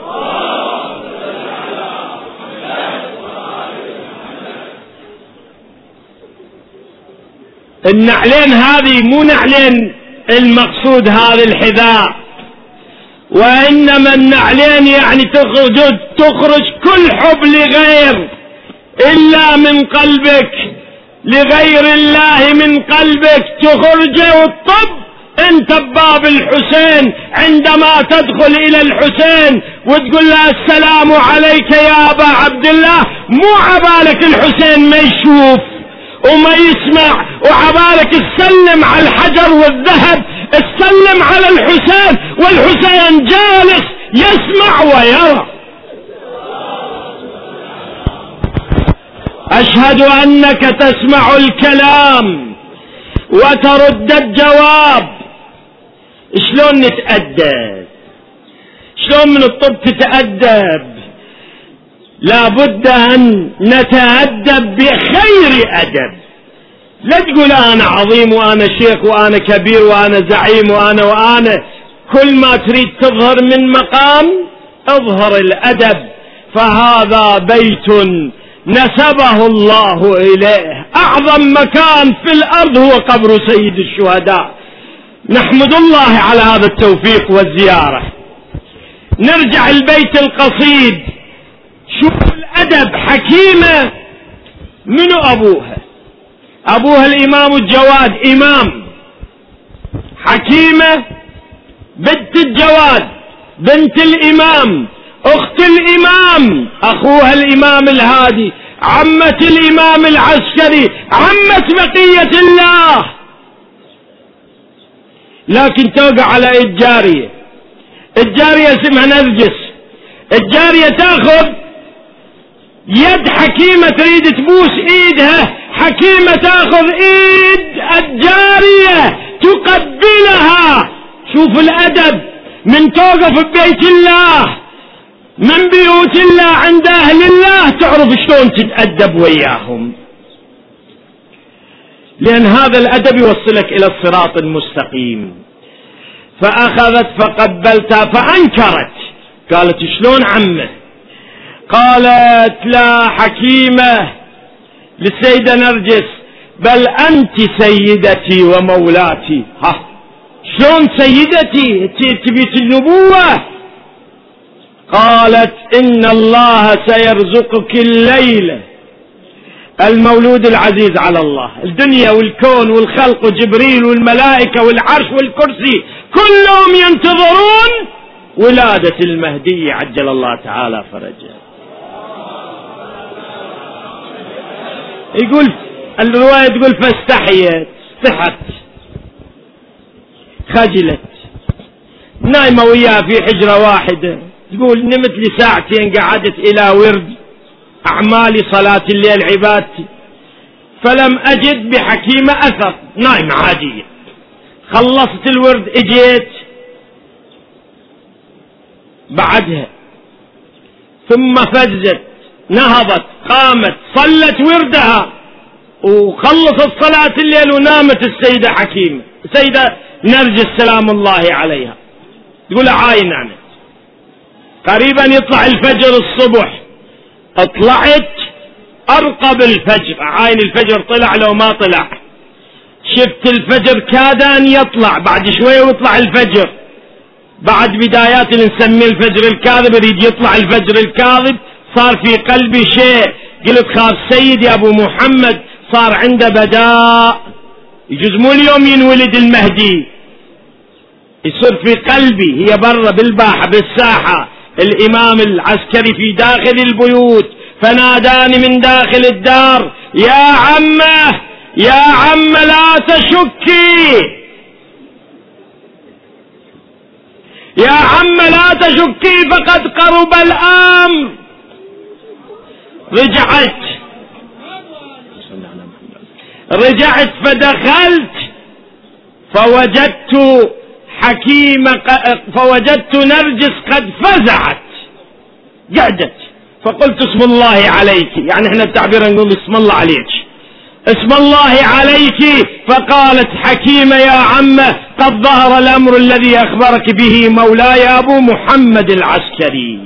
النعلين هذه مو نعلين المقصود هذه الحذاء، وإنما النعلين يعني تخرج, تخرج كل حب لغير إلا من قلبك، لغير الله من قلبك تخرجه. والطب انت بباب الحسين عندما تدخل إلى الحسين وتقول له السلام عليك يا أبا عبد الله، مو عبالك الحسين ما يشوف وما يسمع، وعبالك تسلم على الحجر والذهب، تسلم على الحسين والحسين جالس يسمع ويرى. أشهد أنك تسمع الكلام وترد الجواب. شلون نتأدب؟ شلون من الطب تتأدب؟ لابد أن نتأدب بخير أدب. لا تقول أنا عظيم وأنا شيخ وأنا كبير وأنا زعيم وأنا وأنا كل ما تريد تظهر من مقام اظهر الأدب. فهذا بيت نسبه الله إليه، أعظم مكان في الأرض هو قبر سيد الشهداء. نحمد الله على هذا التوفيق والزيارة. نرجع البيت القصيد. شوف الأدب. حكيمة منو أبوها؟ أبوها الإمام الجواد إمام. حكيمة بنت الجواد بنت الإمام، أخت الإمام، أخوها الإمام الهادي، عمة الإمام العسكري، عمة بقية الله. لكن توقع على الجارية. الجارية اسمها نرجس. الجارية تأخذ يد حكيمة تريد تبوس ايدها، حكيمة تأخذ ايد الجارية تقبلها. شوف الأدب. من توقف ببيت الله من بيوت الله عند أهل الله تعرف شلون تتأدب وياهم، لأن هذا الأدب يوصلك إلى الصراط المستقيم. فأخذت فقبلتها فأنكرت، قالت شلون عمه؟ قالت لا حكيمة للسيدة نرجس بل أنت سيدتي ومولاتي. ها شلون سيدتي؟ تبيت النبوة؟ قالت إن الله سيرزقك الليلة المولود العزيز على الله. الدنيا والكون والخلق وجبريل والملائكة والعرش والكرسي كلهم ينتظرون ولادة المهدي عجل الله تعالى فرجه. يقول الرواية تقول فاستحيت، استحت، خجلت، نايمة وياها في حجرة واحدة، تقول نمت لي ساعتين قعدت إلى ورد أعمالي صلاة الليل عبادتي، فلم أجد بحكيمة أثر، نايمة عادية. خلصت الورد اجيت بعدها ثم فزت نهضت قامت صلت وردها وخلصت صلاة الليل ونامت السيدة حكيمة السيدة نرجس سلام الله عليها. تقول عاين نامت. قريبا يطلع الفجر الصبح، طلعت أرقب الفجر، عاين الفجر طلع لو ما طلع، شفت الفجر كاد أن يطلع، بعد شوية ويطلع الفجر، بعد بدايات اللي نسميه الفجر الكاذب يريد يطلع الفجر الكاذب. صار في قلبي شيء، قلت خاف سيدي أبو محمد صار عنده بداء، يجوز مو اليوم ينولد المهدي. يصير في قلبي، هي برا بالباحة بالساحة، الإمام العسكري في داخل البيوت، فناداني من داخل الدار: يا عمه يا عم لا تشكي، يا عم لا تشكي فقد قرب الأمر. رجعت رجعت فدخلت فوجدت حكيمة فوجدت نرجس قد فزعت قعدت، فقلت اسم الله عليك، يعني احنا التعبير نقول اسم الله عليك، اسم الله عليك. فقالت حكيمة: يا عمه قد ظهر الأمر الذي أخبرك به مولاي أبو محمد العسكري.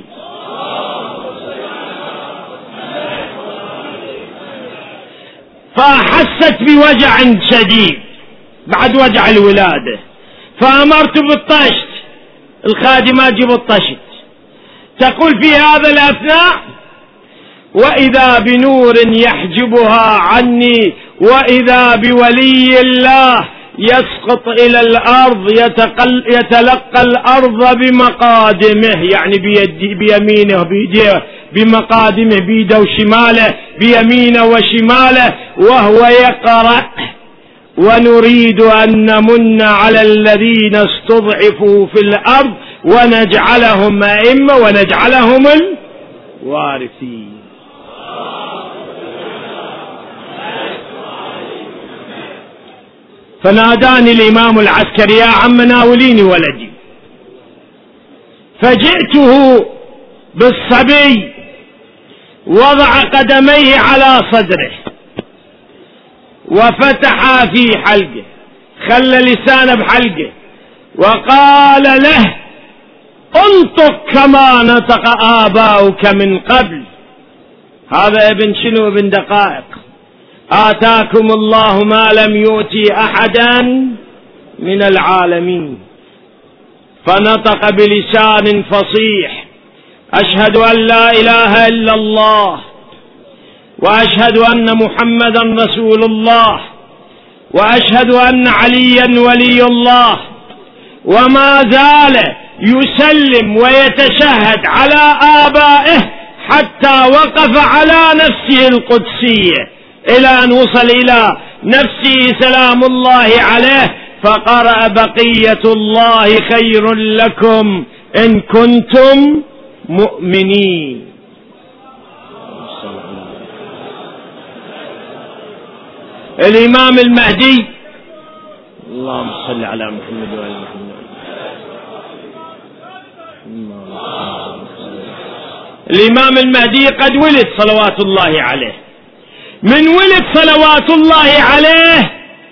فأحست بوجع شديد بعد وجع الولادة، فأمرت بالطشت، الخادمات جيبوا الطشت. تقول في هذا الأثناء: وإذا بنور يحجبها عني، وإذا بولي الله يسقط إلى الأرض يتقل يتلقى الأرض بمقادمه، يعني بيدي بيمينه بيديه بمقادمه بيده وشماله بيمينه وشماله، وهو يقرأ: ونريد أن نمن على الذين استضعفوا في الأرض ونجعلهم أئمة ونجعلهم الوارثين. فناداني الإمام العسكري: يا عم ناوليني ولدي. فجئته بالصبي، وضع قدميه على صدره وفتح في حلقه، خلى لسانه بحلقه، وقال له: انطق كما نطق آباؤك من قبل. هذا ابن شنو؟ ابن دقائق. آتاكم الله ما لم يؤتي أحدا من العالمين. فنطق بلسان فصيح: أشهد أن لا إله إلا الله، وأشهد أن محمدا رسول الله، وأشهد أن عليا ولي الله. وما زال يسلم ويتشهد على آبائه حتى وقف على نفسه القدسية، إلى أن وصل إلى نفسه سلام الله عليه، فقرأ: بقية الله خير لكم إن كنتم مؤمنين. الإمام المهدي، اللهم صل على محمد وآل محمد. الإمام المهدي قد ولد صلوات الله عليه. من ولد صلوات الله عليه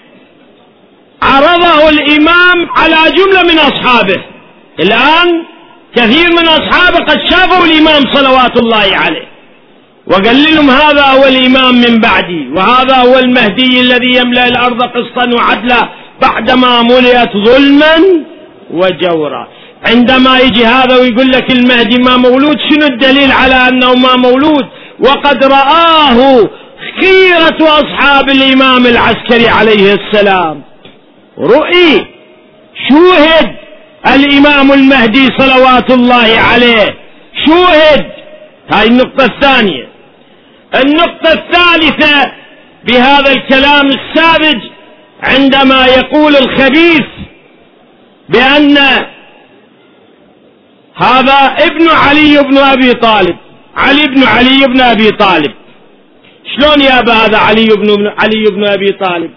عرضه الإمام على جملة من أصحابه. الآن كثير من أصحابه قد شافوا الإمام صلوات الله عليه، وقال لهم: هذا هو الإمام من بعدي، وهذا هو المهدي الذي يملأ الأرض قسطا وعدلا بعدما ملئت ظلما وجورا. عندما يجي هذا ويقول لك المهدي ما مولود، شنو الدليل على أنه ما مولود؟ وقد رآه خيرة أصحاب الإمام العسكري عليه السلام، رؤي شوهد الإمام المهدي صلوات الله عليه، شوهد. هاي النقطة الثانية. النقطة الثالثة بهذا الكلام الساذج، عندما يقول الخبيث بأن هذا ابن علي بن أبي طالب، علي بن علي بن أبي طالب. شلون يا أبا هذا علي بن علي بن أبي طالب؟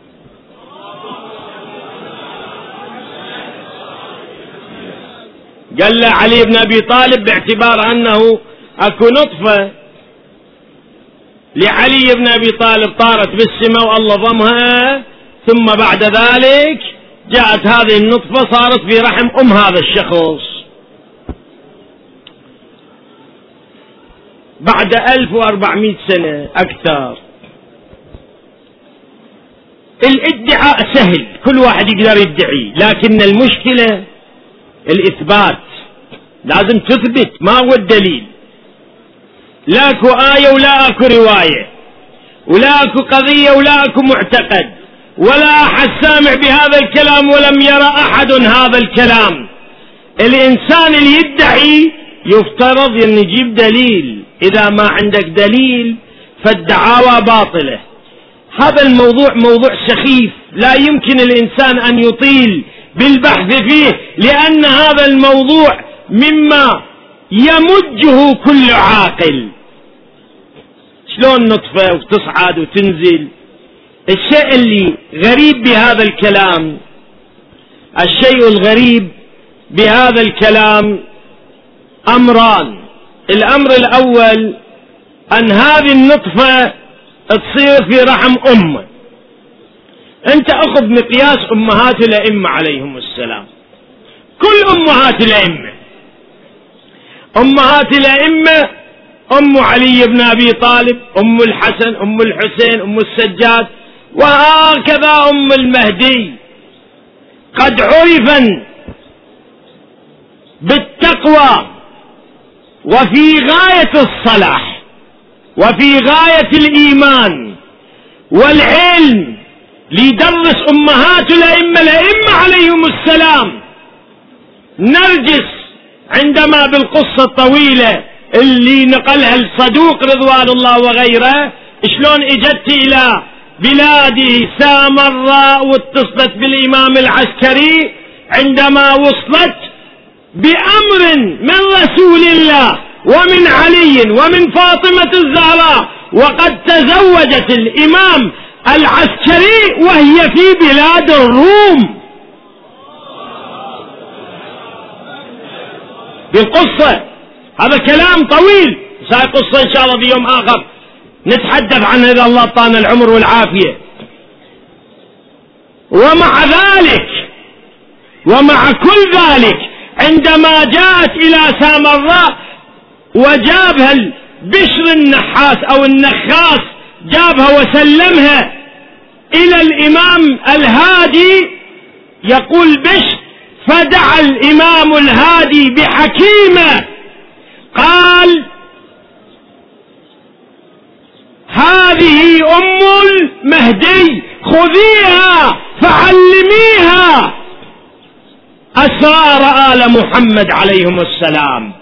قال له علي بن أبي طالب باعتبار أنه أكو نطفة لعلي بن أبي طالب طارت بالسماء والله ضمها، ثم بعد ذلك جاءت هذه النطفة صارت في رحم أم هذا الشخص بعد ألف وأربعمائة سنة أكثر. الادعاء سهل، كل واحد يقدر يدعي، لكن المشكلة الإثبات، لازم تثبت ما هو الدليل. لا اكو آية ولا اكو رواية ولا اكو قضية ولا اكو معتقد ولا أحد سامع بهذا الكلام ولم يرى أحد هذا الكلام. الإنسان اللي يدعي يفترض أن يجيب دليل، إذا ما عندك دليل فالدعاوى باطلة. هذا الموضوع موضوع سخيف لا يمكن الإنسان أن يطيل بالبحث فيه، لأن هذا الموضوع مما يمجه كل عاقل. شلون نطفة وتصعد وتنزل؟ الشيء اللي غريب بهذا الكلام، الشيء الغريب بهذا الكلام أمران. الأمر الأول أن هذه النطفة تصير في رحم أمه. أنت أخذ مقياس أمهات الأئمة عليهم السلام، كل أمهات الأئمة، أمهات الأئمة أم علي بن أبي طالب، أم الحسن، أم الحسين، أم السجاد، وهكذا أم المهدي، قد عرفا بالتقوى وفي غاية الصلاح وفي غاية الإيمان والعلم، ليدرس أمهات الأئمة الأئمة عليهم السلام. نرجس عندما بالقصة الطويلة اللي نقلها الصدوق رضوان الله وغيره، شلون اجت الى بلاد سامراء واتصلت بالامام العسكري عندما وصلت بامر من رسول الله ومن علي ومن فاطمة الزهراء، وقد تزوجت الامام العسكري وهي في بلاد الروم. بالقصة هذا كلام طويل، ساي قصة إن شاء الله في يوم آخر نتحدث عنها إذا الله طانا العمر والعافية. ومع ذلك ومع كل ذلك عندما جاءت إلى سامراء وجابها بشر النحاس أو النخاس، جابها وسلمها إلى الإمام الهادي، يقول بشر: فدعا الإمام الهادي بحكيمة قال: هذه أم المهدي، خذيها فعلميها أسرار آل محمد عليهم السلام.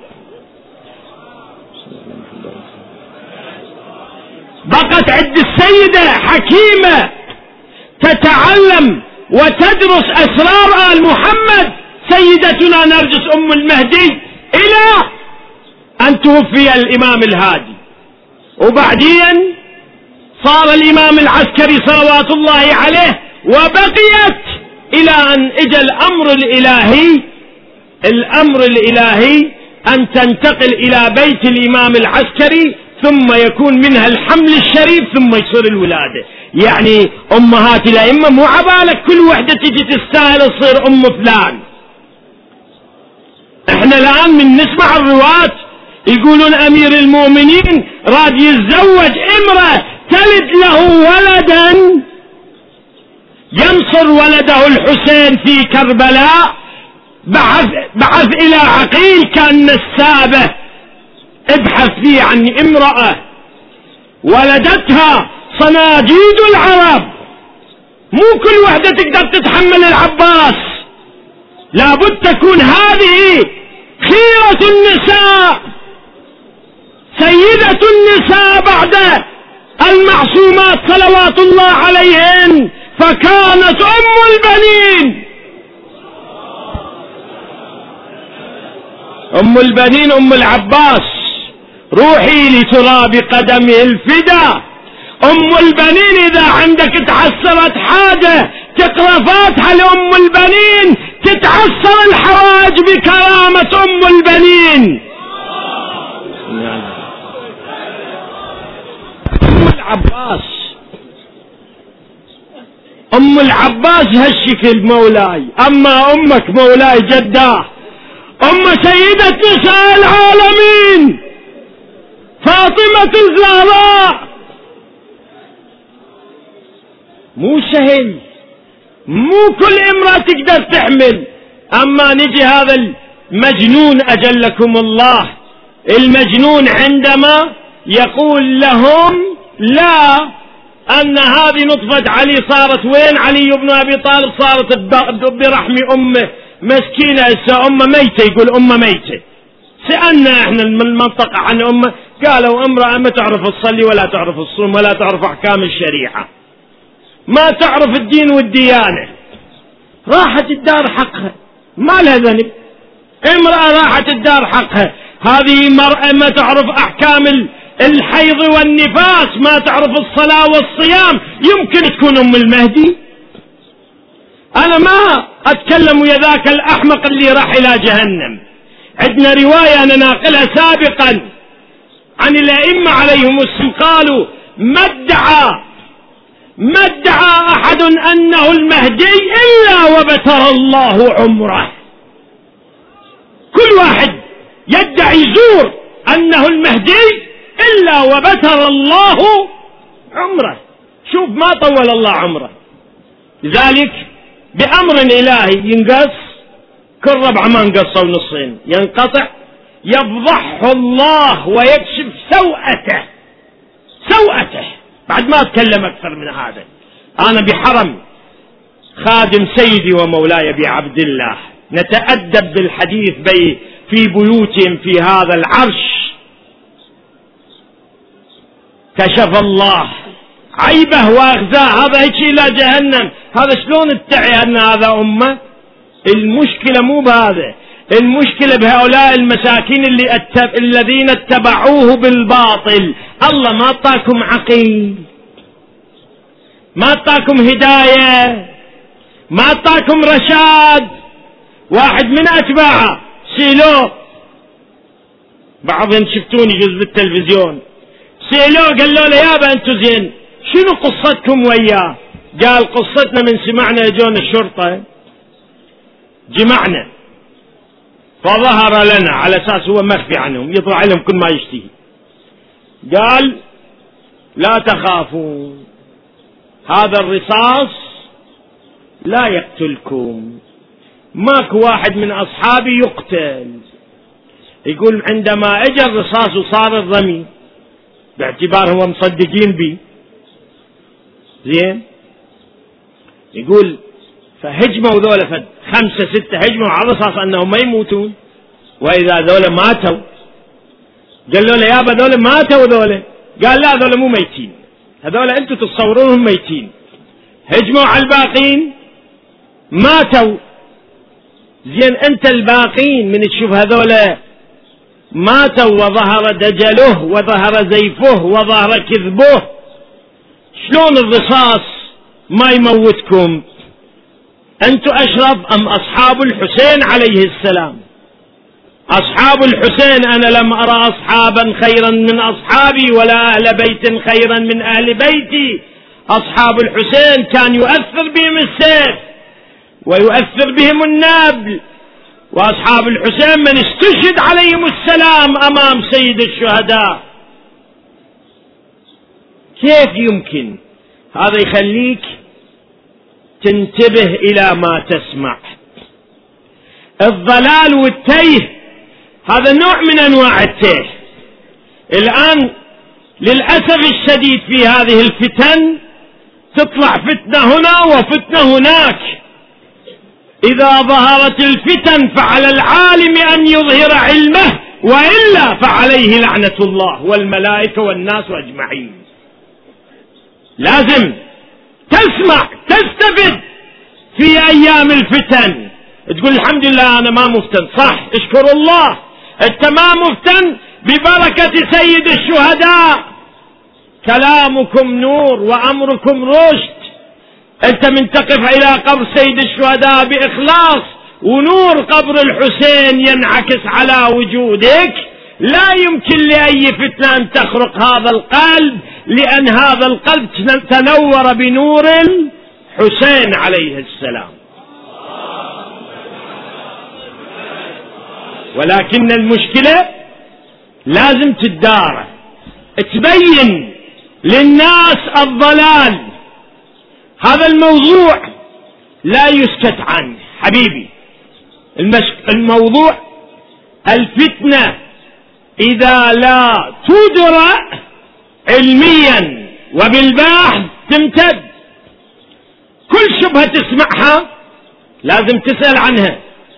بقت عند السيدة حكيمة تتعلم وتدرس أسرار آل محمد سيدتنا نرجس أم المهدي إلى أن توفي الإمام الهادي. وبعدين صار الإمام العسكري صلوات الله عليه، وبقيت إلى أن اجى الأمر الإلهي الأمر الإلهي أن تنتقل إلى بيت الإمام العسكري، ثم يكون منها الحمل الشريف، ثم يصير الولادة. يعني أمهات الأئمة مو عبالك كل وحدة تجي تستاهل تصير أم فلان. احنا الآن من نسمع الرواة يقولون أمير المؤمنين راد يتزوج امرأة تلد له ولدا ينصر ولده الحسين في كربلاء، بعث, بعث إلى عقيل كان السابة ابحث فيه عن امرأة ولدتها صناديد العرب، مو كل وحدة تقدر تتحمل العباس، لابد تكون هذه خيرة النساء، سيدة النساء بعد المعصومات صلوات الله عليهن، فكانت أم البنين. أم البنين أم العباس روحي لتراب قدمه الفدا. أم البنين إذا عندك تحصلت حاجة تقرأ فاتحة لأم البنين تتعصر الحوائج بكرامة أم البنين. أم العباس أم العباس هالشكل مولاي. أما أمك مولاي جداه أم سيدة نساء العالمين فاطمة الزهراء، مو سهل، مو كل امرأة تقدر تحمل. أما نجي هذا المجنون أجلكم الله، المجنون عندما يقول لهم لا أن هذه نطفة علي صارت وين؟ علي بن أبي طالب صارت برحم أمه مسكينة هسه أمه ميتة. يقول أمه ميتة. سألنا احنا من المنطقة عن أمه قالوا امرأة ما تعرف تصلي ولا تعرف الصوم ولا تعرف أحكام الشريعة، ما تعرف الدين والديانة، راحت الدار حقها، ما لها ذنب. امرأة راحت الدار حقها، هذه مرأة ما تعرف أحكام الحيض والنفاس، ما تعرف الصلاة والصيام، يمكن تكون أم المهدي؟ أنا ما أتكلم ويا ذاك الأحمق اللي راح إلى جهنم. عندنا رواية أنا ناقلها سابقا عن الأئمة عليهم السلام، قالوا ما ادعى ما ادعى أحد أنه المهدي إلا وبتر الله عمره. كل واحد يدعي زور أنه المهدي إلا وبتر الله عمره. شوف ما طول الله عمره، لذلك بأمر إلهي ينقص كل ربع ما انقصوا نصين، ينقطع، يفضحه الله ويكشف سوءته سوءته بعد ما أتكلم أكثر من هذا. أنا بحرم خادم سيدي ومولاي أبي عبد الله نتأدب بالحديث بي في بيوتهم في هذا العرش، كشف الله عيبه وأخزاه. هذا هيك إلى جهنم، هذا شلون ادعي أن هذا أمة؟ المشكلة مو بهذا، المشكلة بهؤلاء المساكين اللي أتب... الذين اتبعوه بالباطل. الله ما أعطاكم عقل، ما أعطاكم هداية، ما أعطاكم رشاد. واحد من أتباعه سيلوه، بعضهم شفتوني جزء بالتلفزيون، سيلوه قال له يابا أنتو زين شنو قصتكم وياه؟ قال قصتنا من سمعنا يجون الشرطة جمعنا فظهر لنا على أساس هو مخفي عنهم يطلع لهم كل ما يشتهي. قال لا تخافوا، هذا الرصاص لا يقتلكم، ماكو واحد من أصحابي يقتل. يقول عندما اجى الرصاص وصار الرمي باعتبار هو مصدقين بي زين، يقول فهجموا ذولا فد خمسة ستة هجموا على الرصاص أنهم ما يموتون، وإذا ذولا ماتوا قال له يابا ذولا ماتوا ذولا، قال لا ذولا مو ميتين، هذولا أنتم تتصورونهم ميتين. هجموا على الباقين ماتوا. زين أنت الباقين من تشوف هذولا ماتوا وظهر دجله وظهر زيفه وظهر كذبه، شلون الرصاص ما يموتكم؟ أنتم أشرف أم أصحاب الحسين عليه السلام؟ أصحاب الحسين أنا لم أرى أصحابا خيرا من أصحابي ولا أهل بيت خيرا من أهل بيتي. أصحاب الحسين كان يؤثر بهم السيف ويؤثر بهم النبل، وأصحاب الحسين من استشهد عليهم السلام أمام سيد الشهداء. كيف يمكن؟ هذا يخليك تنتبه إلى ما تسمع. الضلال والتيه هذا نوع من أنواع التيه. الآن للأسف الشديد في هذه الفتن تطلع فتنة هنا وفتنة هناك. إذا ظهرت الفتن فعلى العالم أن يظهر علمه، وإلا فعليه لعنة الله والملائكة والناس أجمعين. لازم تسمع تستفد في أيام الفتن، تقول الحمد لله أنا ما مفتن، صح اشكر الله، انت ما مفتن ببركة سيد الشهداء. كلامكم نور وأمركم رشد. انت من تقف إلى قبر سيد الشهداء بإخلاص ونور قبر الحسين ينعكس على وجودك، لا يمكن لأي فتنة أن تخرق هذا القلب، لأن هذا القلب تنور بنور الحسين عليه السلام. ولكن المشكلة لازم تدار، تبين للناس الضلال. هذا الموضوع لا يسكت عنه حبيبي. الموضوع الفتنة إذا لا تدرى علميا وبالبحث تمتد. كل شبهة تسمعها لازم تسأل عنها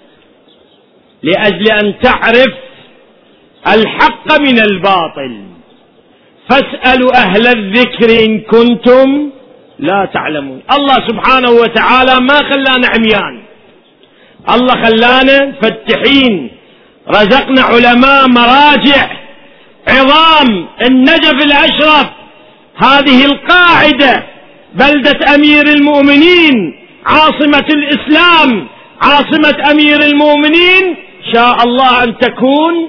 لأجل أن تعرف الحق من الباطل. فاسألوا أهل الذكر إن كنتم لا تعلمون. الله سبحانه وتعالى ما خلانا عميان، الله خلانا فتحين، رزقنا علماء مراجع عظام. النجف الأشرف هذه القاعدة، بلدة أمير المؤمنين، عاصمة الإسلام، عاصمة أمير المؤمنين، شاء الله أن تكون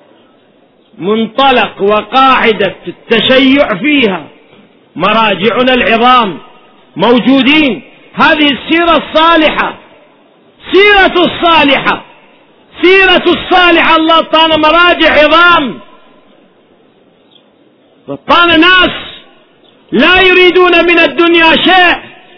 منطلق وقاعدة التشيع فيها. مراجعنا العظام موجودين. هذه السيرة الصالحة، سيرة الصالحة، سيرة الصالحة. الله طانا مراجع عظام، طانا ناس لا يريدون من الدنيا شيء،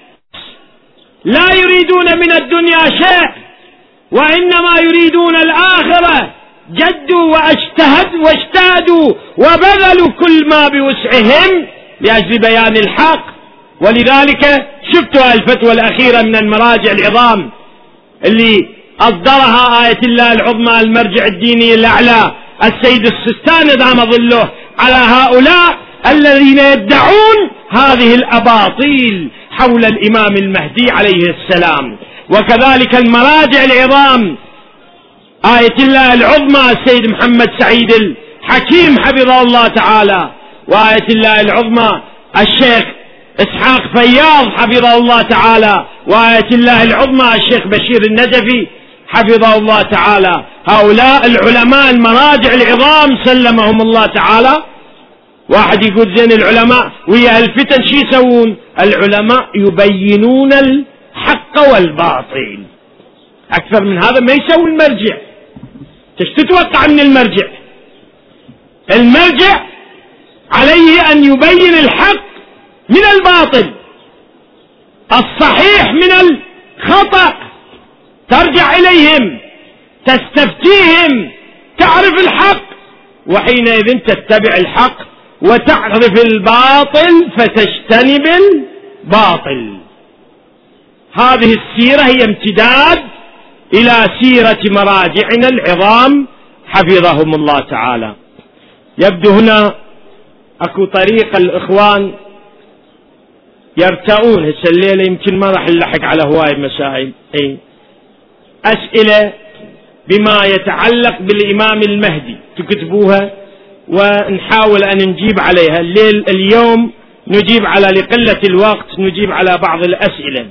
لا يريدون من الدنيا شيء، وإنما يريدون الآخرة. جدوا واجتهدوا واجتهدوا وبذلوا كل ما بوسعهم لأجل بيان الحق. ولذلك شفتوا الفتوى الأخيرة من المراجع العظام اللي أصدرها آية الله العظمى المرجع الديني الأعلى السيد السيستاني دام ظله على هؤلاء الذين يدعون هذه الأباطيل حول الإمام المهدي عليه السلام. وكذلك المراجع العظام آية الله العظمى السيد محمد سعيد الحكيم حفظه الله تعالى، وآية الله العظمى الشيخ إسحاق فياض حفظه الله تعالى، وآية الله العظمى الشيخ بشير النجفي حفظه الله تعالى. هؤلاء العلماء المراجع العظام سلمهم الله تعالى. واحد يقول زين العلماء ويا الفتن شي يسوون؟ العلماء يبينون الحق والباطل. أكثر من هذا ما يسوي المرجع. ايش تتوقع من المرجع؟ المرجع عليه أن يبين الحق من الباطل، الصحيح من الخطأ. ترجع إليهم، تستفتيهم، تعرف الحق، وحينئذ تتبع الحق، وتعرف الباطل فتجتنب الباطل. هذه السيرة هي امتداد إلى سيرة مراجعنا العظام حفظهم الله تعالى. يبدو هنا أكو طريقة الإخوان يرتؤون هسه الليلة، يمكن ما راح نلحق على هواي مسائل، أي أسئلة بما يتعلق بالإمام المهدي تكتبوها ونحاول أن نجيب عليها. الليل اليوم نجيب على لقلة الوقت نجيب على بعض الأسئلة.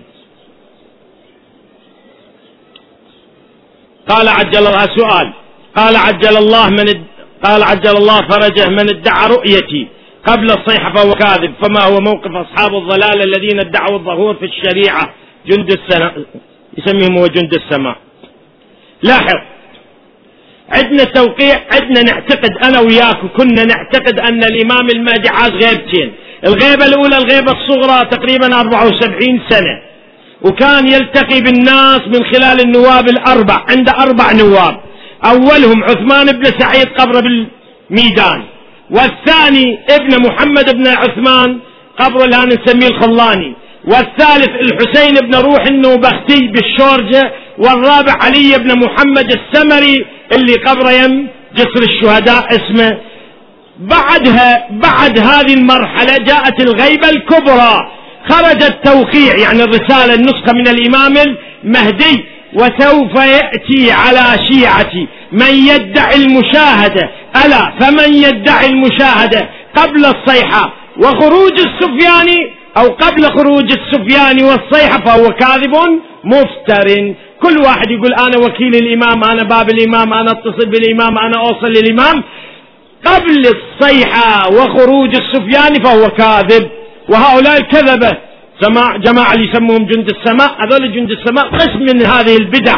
قال عجل الله سؤال قال عجل الله من قال عجل الله فرجه من ادعى رؤيتي قبل الصيحة فهو كاذب، فما هو موقف أصحاب الضلال الذين ادعوا الظهور في الشريعة جند السماء، يسميهم هو جند السماء. لاحظ، عندنا توقيع، عندنا نعتقد أنا وياك كنا نعتقد أن الإمام المهدي عاش غيبتين. الغيبة الأولى الغيبة الصغرى تقريبا أربعة وسبعين سنة، وكان يلتقي بالناس من خلال النواب الأربع. عنده أربع نواب، أولهم عثمان بن سعيد قبره بالميدان، والثاني ابن محمد بن عثمان قبره الآن نسميه الخلاني، والثالث الحسين بن روح النوبختي بالشورجة، والرابع علي بن محمد السمري اللي قبره يم جسر الشهداء اسمه. بعدها بعد هذه المرحلة جاءت الغيبة الكبرى، خرج التوقيع يعني الرسالة النسخة من الإمام المهدي وسوف يأتي على شيعتي من يدعي المشاهدة، ألا فمن يدعي المشاهدة قبل الصيحة وخروج السفياني أو قبل خروج السفياني والصيحة فهو كاذب مفتر. كل واحد يقول أنا وكيل الإمام، أنا باب الإمام، أنا اتصل بالإمام، أنا أوصل للإمام قبل الصيحة وخروج السفياني فهو كاذب. وهؤلاء الكذبة جماعة اللي يسموهم جند السماء، هذول جند السماء قسم من هذه البدع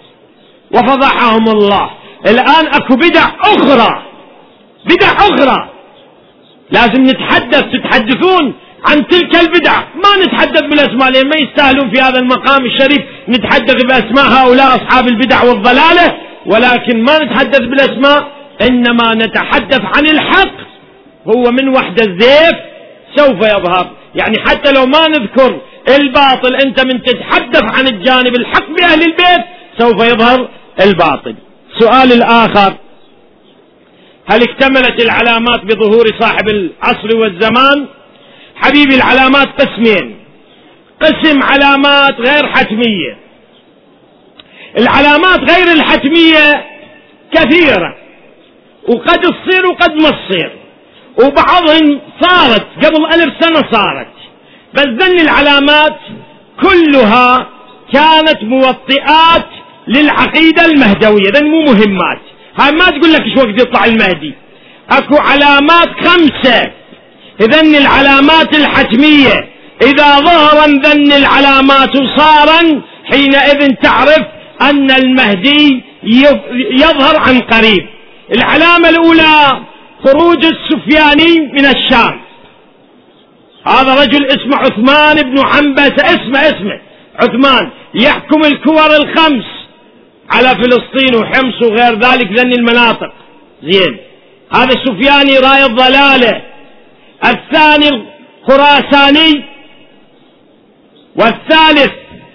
وفضحهم الله. الآن أكو بدع أخرى، بدع أخرى لازم نتحدث، تتحدثون عن تلك البدع، ما نتحدث بالأسماء لأن ما يستاهلون في هذا المقام الشريف نتحدث بأسماء هؤلاء أصحاب البدع والضلالة، ولكن ما نتحدث بالأسماء، إنما نتحدث عن الحق. هو من وحد الزيف سوف يظهر، يعني حتى لو ما نذكر الباطل أنت من تتحدث عن الجانب الحق بأهل البيت سوف يظهر الباطل. سؤال الآخر: هل اكتملت العلامات بظهور صاحب العصر والزمان؟ حبيبي العلامات قسمين، قسم علامات غير حتمية. العلامات غير الحتمية كثيرة وقد تصير وقد ما تصير، وبعضهم صارت قبل ألف سنة صارت، بس ذن العلامات كلها كانت موطئات للعقيدة المهدوية، ذن مو مهمات. هاي ما تقول لك ايش وقت يطلع المهدي، اكو علامات خمسة ذن العلامات الحتمية، اذا ظهرا ذن العلامات صارا حينئذ تعرف ان المهدي يظهر عن قريب. العلامة الاولى خروج السفياني من الشام، هذا رجل اسمه عثمان بن عنبسة، اسمه اسمه عثمان، يحكم الكور الخمس على فلسطين وحمص وغير ذلك ذن المناطق. زين، هذا السفياني راي الضلالة. الثاني الخراساني، والثالث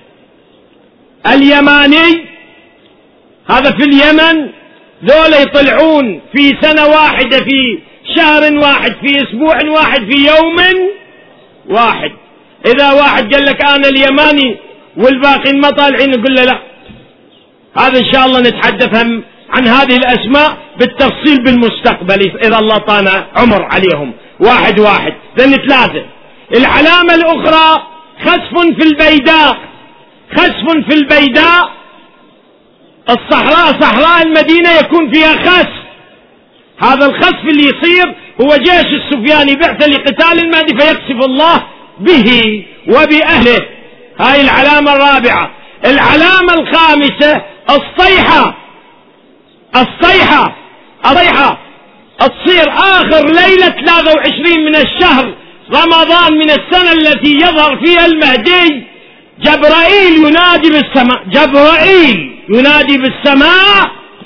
اليماني، هذا في اليمن، ذولا يطلعون في سنة واحدة، في شهر واحد، في اسبوع واحد، في يوم واحد. اذا واحد قال لك انا اليماني والباقين ما طالعين نقول له لا، هذا ان شاء الله نتحدث هم عن هذه الاسماء بالتفصيل بالمستقبل اذا الله طانا عمر عليهم واحد واحد. ذن ثلاثة. العلامة الاخرى خسف في البيداء، خسف في البيداء، الصحراء صحراء المدينة يكون فيها خسف، هذا الخسف اللي يصير هو جيش السفياني بعث لقتال المهدي فيقصف الله به وبأهله. هاي العلامة الرابعة. العلامة الخامسة الصيحة، الصيحة الصيحة تصير آخر ليلة ثلاثة وعشرين من الشهر رمضان من السنة التي يظهر فيها المهدي. جبرائيل ينادي بالسماء، جبرائيل ينادي بالسماء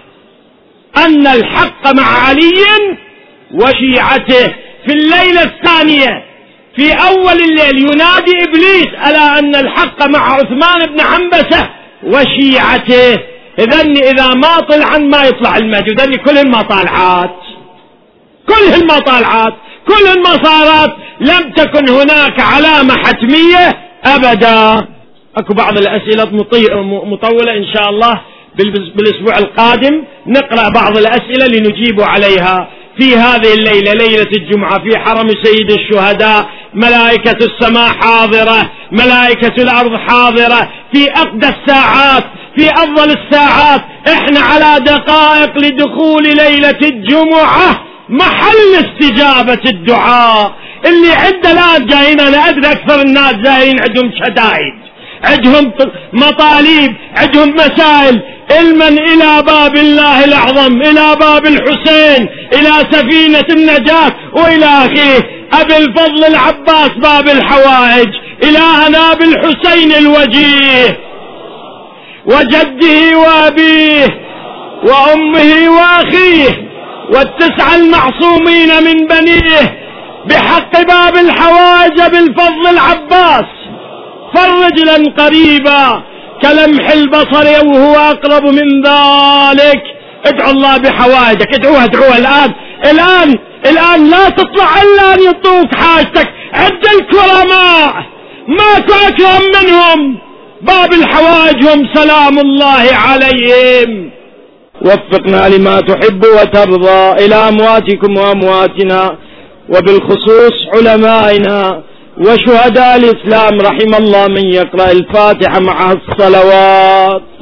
أن الحق مع علي وشيعته. في الليلة الثانية في أول الليل ينادي إبليس ألا أن الحق مع عثمان بن عنبسة وشيعته. إذن إذا ما طلعا ما يطلع المهدي، إذن كلهن ما طالعات، كلهن ما طالعات، كلهن ما صارت، لم تكن هناك علامة حتمية أبدا. أكو بعض الأسئلة مطولة إن شاء الله بالأسبوع القادم نقرأ بعض الأسئلة لنجيب عليها. في هذه الليلة ليلة الجمعة في حرم سيد الشهداء ملائكة السماء حاضرة، ملائكة الأرض حاضرة، في أقدس الساعات، في أفضل الساعات، إحنا على دقائق لدخول ليلة الجمعة محل استجابة الدعاء. اللي عنده الآن جايين، أنا أدري أكثر الناس جايين عندهم شدائد، عندهم مطالب، عندهم مسائل، علما إلى باب الله الأعظم، إلى باب الحسين، إلى سفينة النجاة وإلى أخيه أبي الفضل العباس باب الحوائج، إلهنا بالحسين الوجيه وجده وأبيه وأمه وأخيه والتسعة المعصومين من بنيه بحق باب الحوائج بالفضل العباس، فرج لن قريبا كلمح البصر وهو أقرب من ذلك. ادعو الله بحوائجك، ادعوها ادعوها الآن الآن الآن، لا تطلع إلا أن يطوك حاجتك. عد الكرماء ماكو أكرم منهم، باب الحوائج هم سلام الله عليهم. وفقنا لما تحب وترضى إلى أمواتكم وأمواتنا، وبالخصوص علمائنا وشهداء الإسلام، رحم الله من يقرأ الفاتحة مع الصلوات.